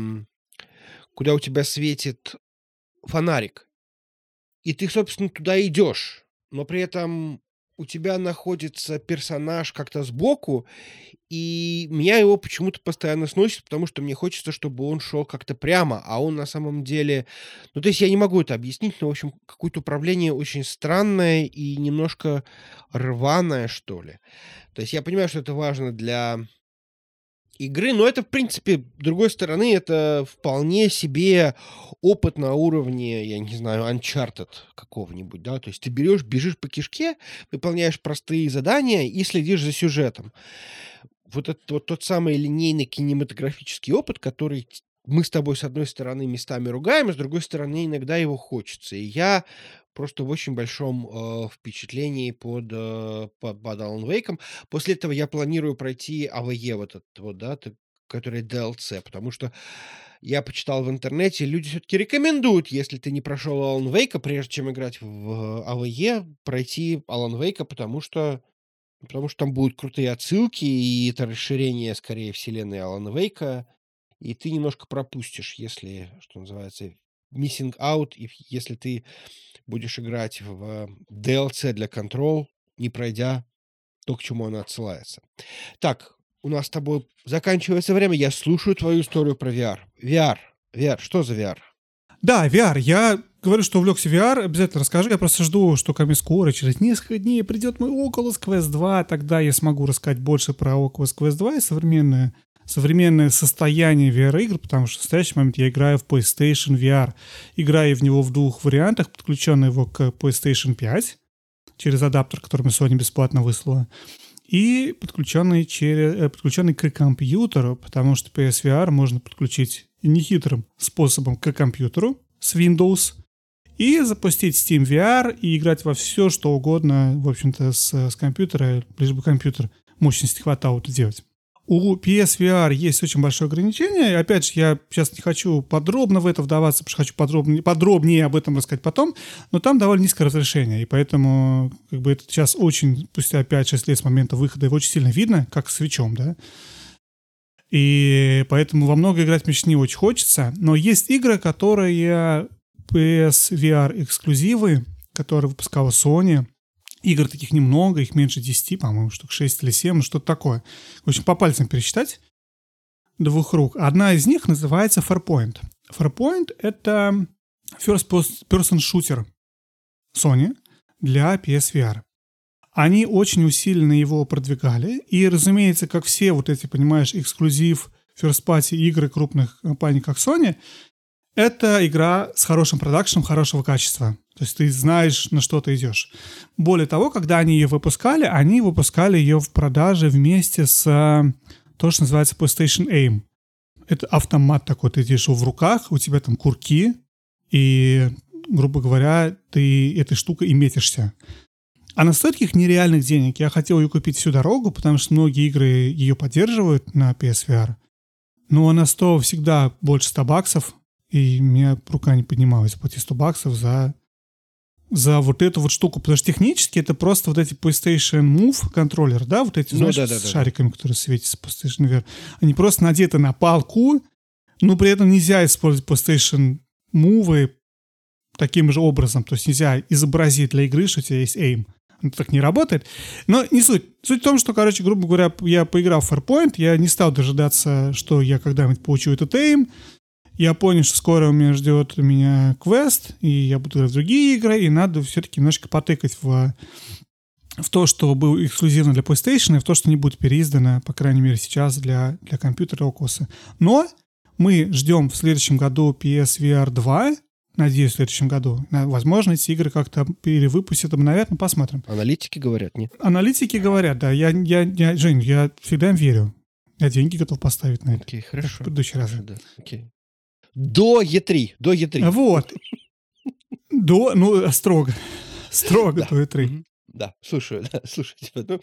фонарик. И ты, собственно, туда идешь, но при этом у тебя находится персонаж как-то сбоку, и меня его почему-то постоянно сносит, потому что мне хочется, чтобы он шел как-то прямо, а он на самом деле... Ну, то есть я не могу это объяснить, но, в общем, какое-то управление очень странное и немножко рваное, что ли. То есть я понимаю, что это важно для игры, но это, в принципе, с другой стороны, это вполне себе опыт на уровне, я не знаю, Uncharted какого-нибудь, да, то есть ты бежишь по кишке, выполняешь простые задания и следишь за сюжетом. Вот это вот тот самый линейный кинематографический опыт, который мы с тобой, с одной стороны, местами ругаем, а с другой стороны, иногда его хочется. И я просто в очень большом впечатлении под Alan Wake'ом. После этого я планирую пройти АВЕ, вот этот вот, да, который DLC, потому что я почитал в интернете, люди все-таки рекомендуют, если ты не прошел Alan Wake'a, прежде чем играть в АВЕ, пройти Alan Wake'a, потому что там будут крутые отсылки, и это расширение, скорее, вселенной Алана Вейка, и ты немножко пропустишь, если, что называется, missing out, и если ты будешь играть в DLC для Control, не пройдя то, к чему она отсылается. Так, у нас с тобой заканчивается время, я слушаю твою историю про VR. VR, что за VR? Да, VR. Я говорю, что увлекся VR. Обязательно расскажу. Я просто жду, что ко мне скоро, через несколько дней, придет мой Oculus Quest 2. Тогда я смогу рассказать больше про Oculus Quest 2 и современное состояние VR-игр, потому что в настоящий момент я играю в PlayStation VR. Играю в него в двух вариантах, подключенный его к PlayStation 5 через адаптер, который мне Sony бесплатно выслала, и подключенный к компьютеру, потому что PSVR можно подключить нехитрым способом к компьютеру с Windows и запустить Steam VR и играть во все, что угодно, в общем-то, с компьютера, лишь бы компьютер мощности хватало это делать. У PSVR есть очень большое ограничение. Опять же, я сейчас не хочу подробно в это вдаваться, потому что хочу подробнее об этом рассказать потом, но там довольно низкое разрешение, и поэтому как бы это сейчас очень, спустя 5-6 лет с момента выхода, его очень сильно видно, как свечом, да. И поэтому во много играть мне не очень хочется, но есть игры, которые PSVR эксклюзивы, которые выпускала Sony. Игр таких немного, их меньше 10, по-моему, штук 6 или 7, ну что-то такое. В общем, по пальцам пересчитать двух рук. Одна из них называется Farpoint. Farpoint — это first-person shooter Sony для PSVR. они очень усиленно его продвигали. И, разумеется, как все вот эти, понимаешь, эксклюзив, first-party игры крупных компаний, как Sony, это игра с хорошим продакшеном, хорошего качества. То есть ты знаешь, на что ты идешь. Более того, когда они выпускали ее в продаже вместе с то, что называется PlayStation Aim. Это автомат такой, ты держишь его в руках, у тебя там курки, и, грубо говоря, ты этой штукой и метишься. Она стоит каких нереальных денег. Я хотел ее купить всю дорогу, потому что многие игры ее поддерживают на PSVR. Но она стоила всегда больше $100, и у меня рука не поднималась платить $100 за вот эту вот штуку. Потому что технически это просто вот эти PlayStation Move контроллеры, да, вот эти, знаешь, с шариками, которые светятся PlayStation VR. Они просто надеты на палку, но при этом нельзя использовать PlayStation Move таким же образом. То есть нельзя изобразить для игры, что у тебя есть aim. Это так не работает. Но не суть. Суть в том, что, короче, грубо говоря, я поиграл в Farpoint, я не стал дожидаться, что я когда-нибудь получу этот aim. Я понял, что скоро у меня ждет квест, и я буду играть в другие игры, и надо все-таки немножко потыкать в то, что было эксклюзивно для PlayStation, и в то, что не будет переиздано, по крайней мере, сейчас для компьютера Oculus. Но мы ждем в следующем году PSVR 2, надеюсь, в следующем году. Возможно, эти игры как-то перевыпустят, наверное, посмотрим. Аналитики говорят, нет? Аналитики говорят, да. Жень, я всегда им верю. Я деньги готов поставить на это. Окей, хорошо. В предыдущий раз. Да, окей. До E3. Вот. Строго. Строго до E3. Да, слушаю тебя.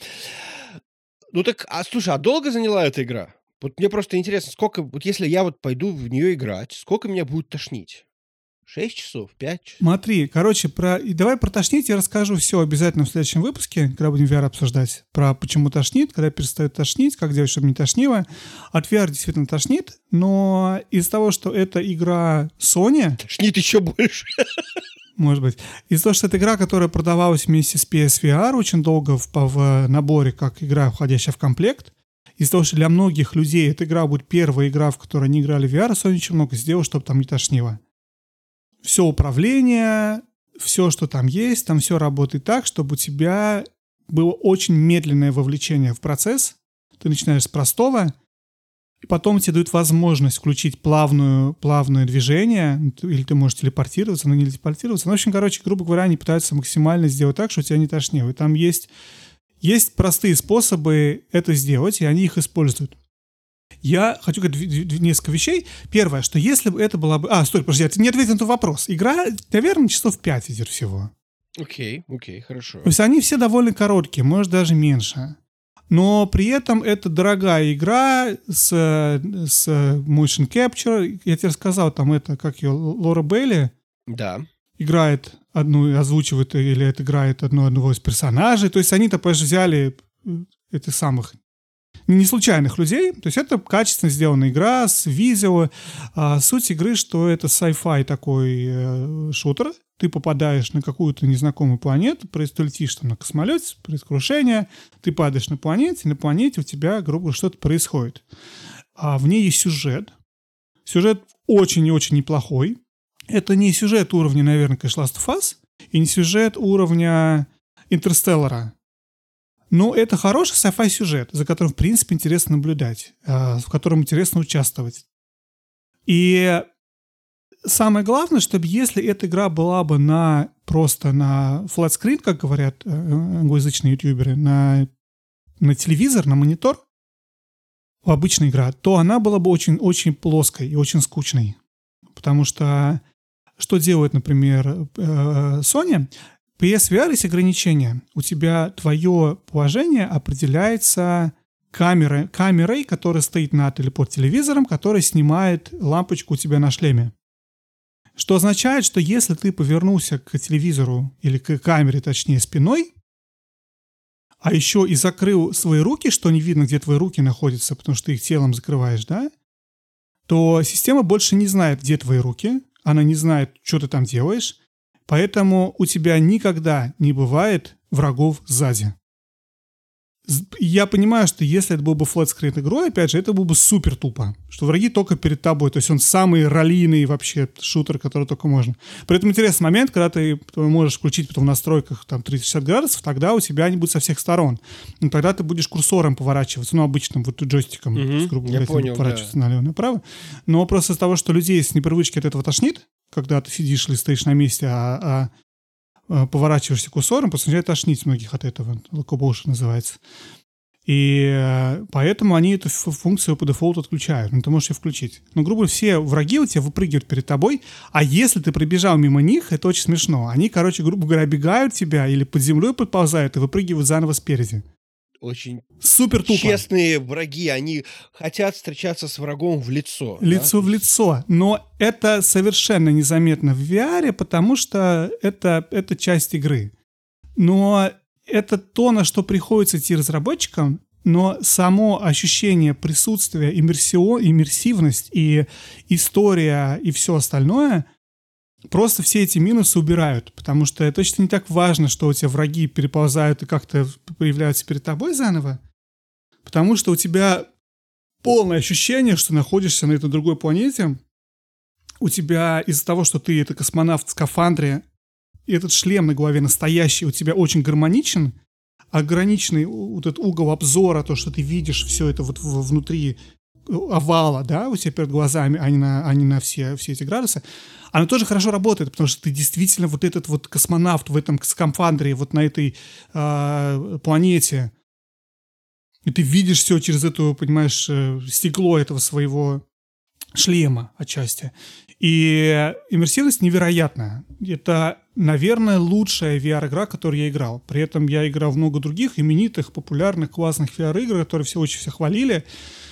Ну так, слушай, а долго заняла эта игра? Вот мне просто интересно, сколько, вот если я вот пойду в нее играть, сколько меня будет тошнить? 6 часов? 5 часов? Смотри, короче, давай про тошнить я расскажу все обязательно в следующем выпуске, когда будем VR обсуждать. Про почему тошнит, когда перестает тошнить, как делать, чтобы не тошнило. От VR действительно тошнит, но из-за того, что это игра Sony... Тошнит еще больше. Может быть. Из-за того, что это игра, которая продавалась вместе с PSVR очень долго в наборе, как игра, входящая в комплект. Из-за того, что для многих людей эта игра будет первая игра, в которой они играли в VR, Sony очень много сделал, чтобы там не тошнило. Все управление, все, что там есть, там все работает так, чтобы у тебя было очень медленное вовлечение в процесс. Ты начинаешь с простого, и потом тебе дают возможность включить плавное движение, или ты можешь телепортироваться, но не телепортироваться. Ну, в общем, грубо говоря, они пытаются максимально сделать так, что тебя не тошнило. И там есть простые способы это сделать, и они их используют. Я хочу сказать несколько вещей. Первое, что если бы это была бы... Стой, подожди, ты не ответил на этот вопрос. Игра, наверное, часов 5 идет всего. Окей, хорошо. То есть они все довольно короткие, может, даже меньше. Но при этом это дорогая игра с motion capture. Я тебе рассказал, там это, как ее, Лора Бейли. Да. Играет озвучивает или играет одного из персонажей. То есть они-то, конечно, взяли этих самых не случайных людей. То есть это качественно сделанная игра с видео. Суть игры, что это sci-fi такой шутер. Ты попадаешь на какую-то незнакомую планету, ты летишь там на космолете, происходит крушение, ты падаешь на планете, и на планете у тебя, грубо говоря, что-то происходит. В ней есть сюжет. Сюжет очень и очень неплохой. Это не сюжет уровня, наверное, конечно, Last of Us, и не сюжет уровня Интерстеллара. Но это хороший sci-fi сюжет, за которым, в принципе, интересно наблюдать, в котором интересно участвовать. И самое главное, чтобы если эта игра была бы просто на flat screen, как говорят англоязычные ютуберы, на телевизор, на монитор, обычная игра, то она была бы очень-очень плоской и очень скучной. Потому что делает, например, Sony? PSVR есть ограничения. У тебя твое положение определяется камерой, которая стоит над телепорт-телевизором, которая снимает лампочку у тебя на шлеме. Что означает, что если ты повернулся к телевизору или к камере, точнее, спиной, а еще и закрыл свои руки, что не видно, где твои руки находятся, потому что ты их телом закрываешь, да, то система больше не знает, где твои руки, она не знает, что ты там делаешь, поэтому у тебя никогда не бывает врагов сзади. Я понимаю, что если это был бы флэт-скрин игрой, опять же, это было бы супер тупо. Что враги только перед тобой. То есть он самый раллийный вообще шутер, который только можно. При этом интересный момент, когда ты можешь включить потом в настройках там 360 градусов, тогда у тебя они будут со всех сторон. И тогда ты будешь курсором поворачиваться, ну, обычным вот джойстиком, грубо говоря, поворачиваться налево и направо. Но просто из-за того, что людей с непривычки от этого тошнит, когда ты сидишь или стоишь на месте, поворачиваешься курсором, просто начинает тошнить многих от этого. Локобоши называется. И поэтому они эту функцию по дефолту отключают. Ну, ты можешь ее включить. Но, грубо говоря, все враги у тебя выпрыгивают перед тобой, а если ты пробежал мимо них, это очень смешно. Они, короче, грубо говоря, оббегают тебя или под землей подползают и выпрыгивают заново спереди. Очень супер тупо. Честные враги, они хотят встречаться с врагом в лицо. Лицо в лицо. Но это совершенно незаметно в VR, потому что это часть игры. Но это то, на что приходится идти разработчикам, но само ощущение присутствия, иммерсивность и история и все остальное просто все эти минусы убирают, потому что это точно не так важно, что у тебя враги переползают и как-то появляются перед тобой заново, потому что у тебя полное ощущение, что находишься на этой другой планете, у тебя из-за того, что ты это космонавт в скафандре, и этот шлем на голове настоящий у тебя очень гармоничен, ограниченный вот этот угол обзора, то, что ты видишь все это вот внутри овала, да, у тебя перед глазами, а не на все эти градусы, оно тоже хорошо работает, потому что ты действительно вот этот вот космонавт в этом скафандре, вот на этой планете, и ты видишь все через это, понимаешь, стекло этого своего шлема отчасти. И иммерсивность невероятная. Это, наверное, лучшая VR-игра, которую я играл. При этом я играл в много других именитых, популярных, классных VR-игр, которые все очень все хвалили.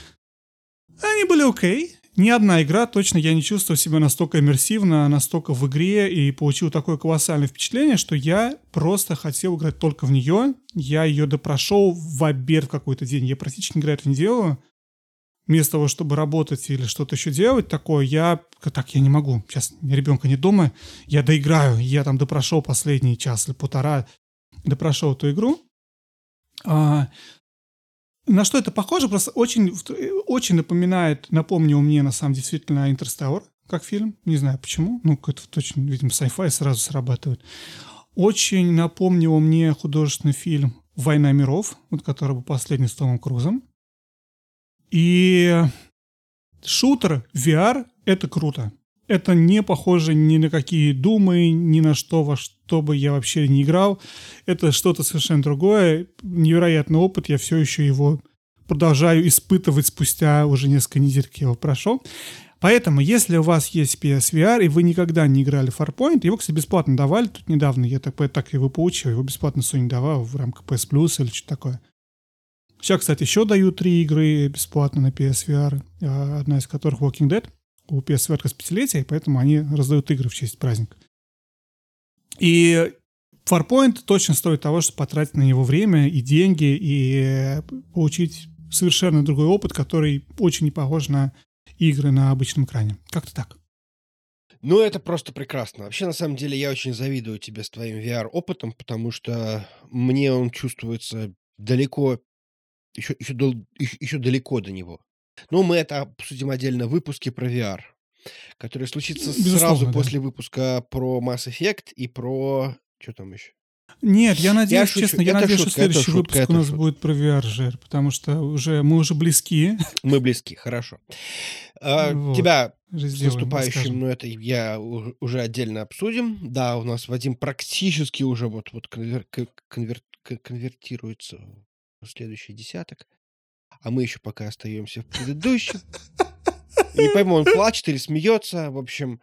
Они были окей. Ни одна игра, точно я не чувствовал себя настолько иммерсивно, настолько в игре и получил такое колоссальное впечатление, что я просто хотел играть только в нее. Я ее допрошел в обед в какой-то день. Я практически играть не делаю. Вместо того, чтобы работать или что-то еще делать такое, я не могу. Сейчас у меня ребенка нет дома, я доиграю. Я там допрошел последний час или полтора, допрошел эту игру. На что это похоже? Просто очень, очень напомнил мне, на самом деле, действительно, Интерстеллар, как фильм. Не знаю почему. Ну, какой-то точно, видимо, sci-fi сразу срабатывает. Очень напомнил мне художественный фильм «Война миров», вот который был последний с Томом Крузом. И шутер VR — это круто. Это не похоже ни на какие думы, ни на что, во что бы я вообще не играл. Это что-то совершенно другое. Невероятный опыт. Я все еще его продолжаю испытывать спустя уже несколько недель, как я его прошел. Поэтому, если у вас есть PSVR, и вы никогда не играли в Farpoint, его, кстати, бесплатно давали тут недавно, я так его получил, его бесплатно Sony давал в рамках PS Plus или что-то такое. Сейчас, кстати, еще дают 3 игры бесплатно на PSVR, одна из которых Walking Dead. У PSVR 25-летие, поэтому они раздают игры в честь праздника. И Farpoint точно стоит того, чтобы потратить на него время и деньги, и получить совершенно другой опыт, который очень не похож на игры на обычном экране. Как-то так. Ну, это просто прекрасно. Вообще, на самом деле, я очень завидую тебе с твоим VR-опытом, потому что мне он чувствуется далеко, еще далеко до него. Но мы это обсудим отдельно в выпуске про VR, который случится сразу после выпуска про Mass Effect и про... Что там еще? Нет, я надеюсь, честно, что следующий выпуск у нас будет про VR, потому что мы уже близки. Мы близки, хорошо. Тебя с наступающим, но это я уже отдельно обсудим. Да, у нас Вадим практически уже вот конвертируется в следующий десяток, а мы еще пока остаемся в предыдущем. Не пойму, он плачет или смеется. В общем,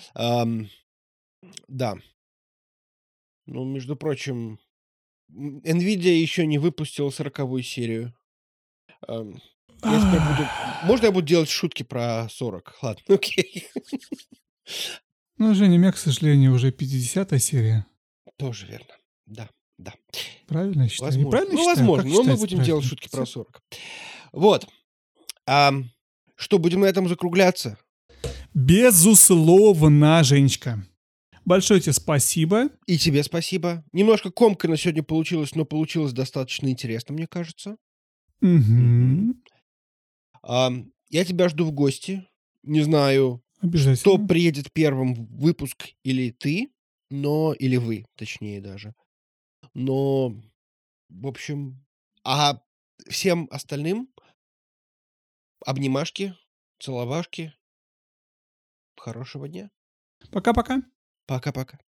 да. Ну, между прочим, NVIDIA еще не выпустила 40-ю серию. Я теперь буду... Можно я буду делать шутки про 40? Ладно, окей. Ну, Женя, у меня, к сожалению, уже 50-я серия. Тоже верно. Да. Правильно я считаю? Возможно. Возможно. Но мы будем делать шутки про 40. Вот. Что, будем на этом закругляться? Безусловно, Женечка. Большое тебе спасибо. И тебе спасибо. Немножко комкано сегодня получилось, но получилось достаточно интересно, мне кажется. Мгм. Мгм. Я тебя жду в гости. Не знаю, кто Обязательно. приедет первым в выпуск, или ты, или вы, точнее даже. Но, в общем, а всем остальным обнимашки, целовашки. Хорошего дня. Пока-пока. Пока-пока.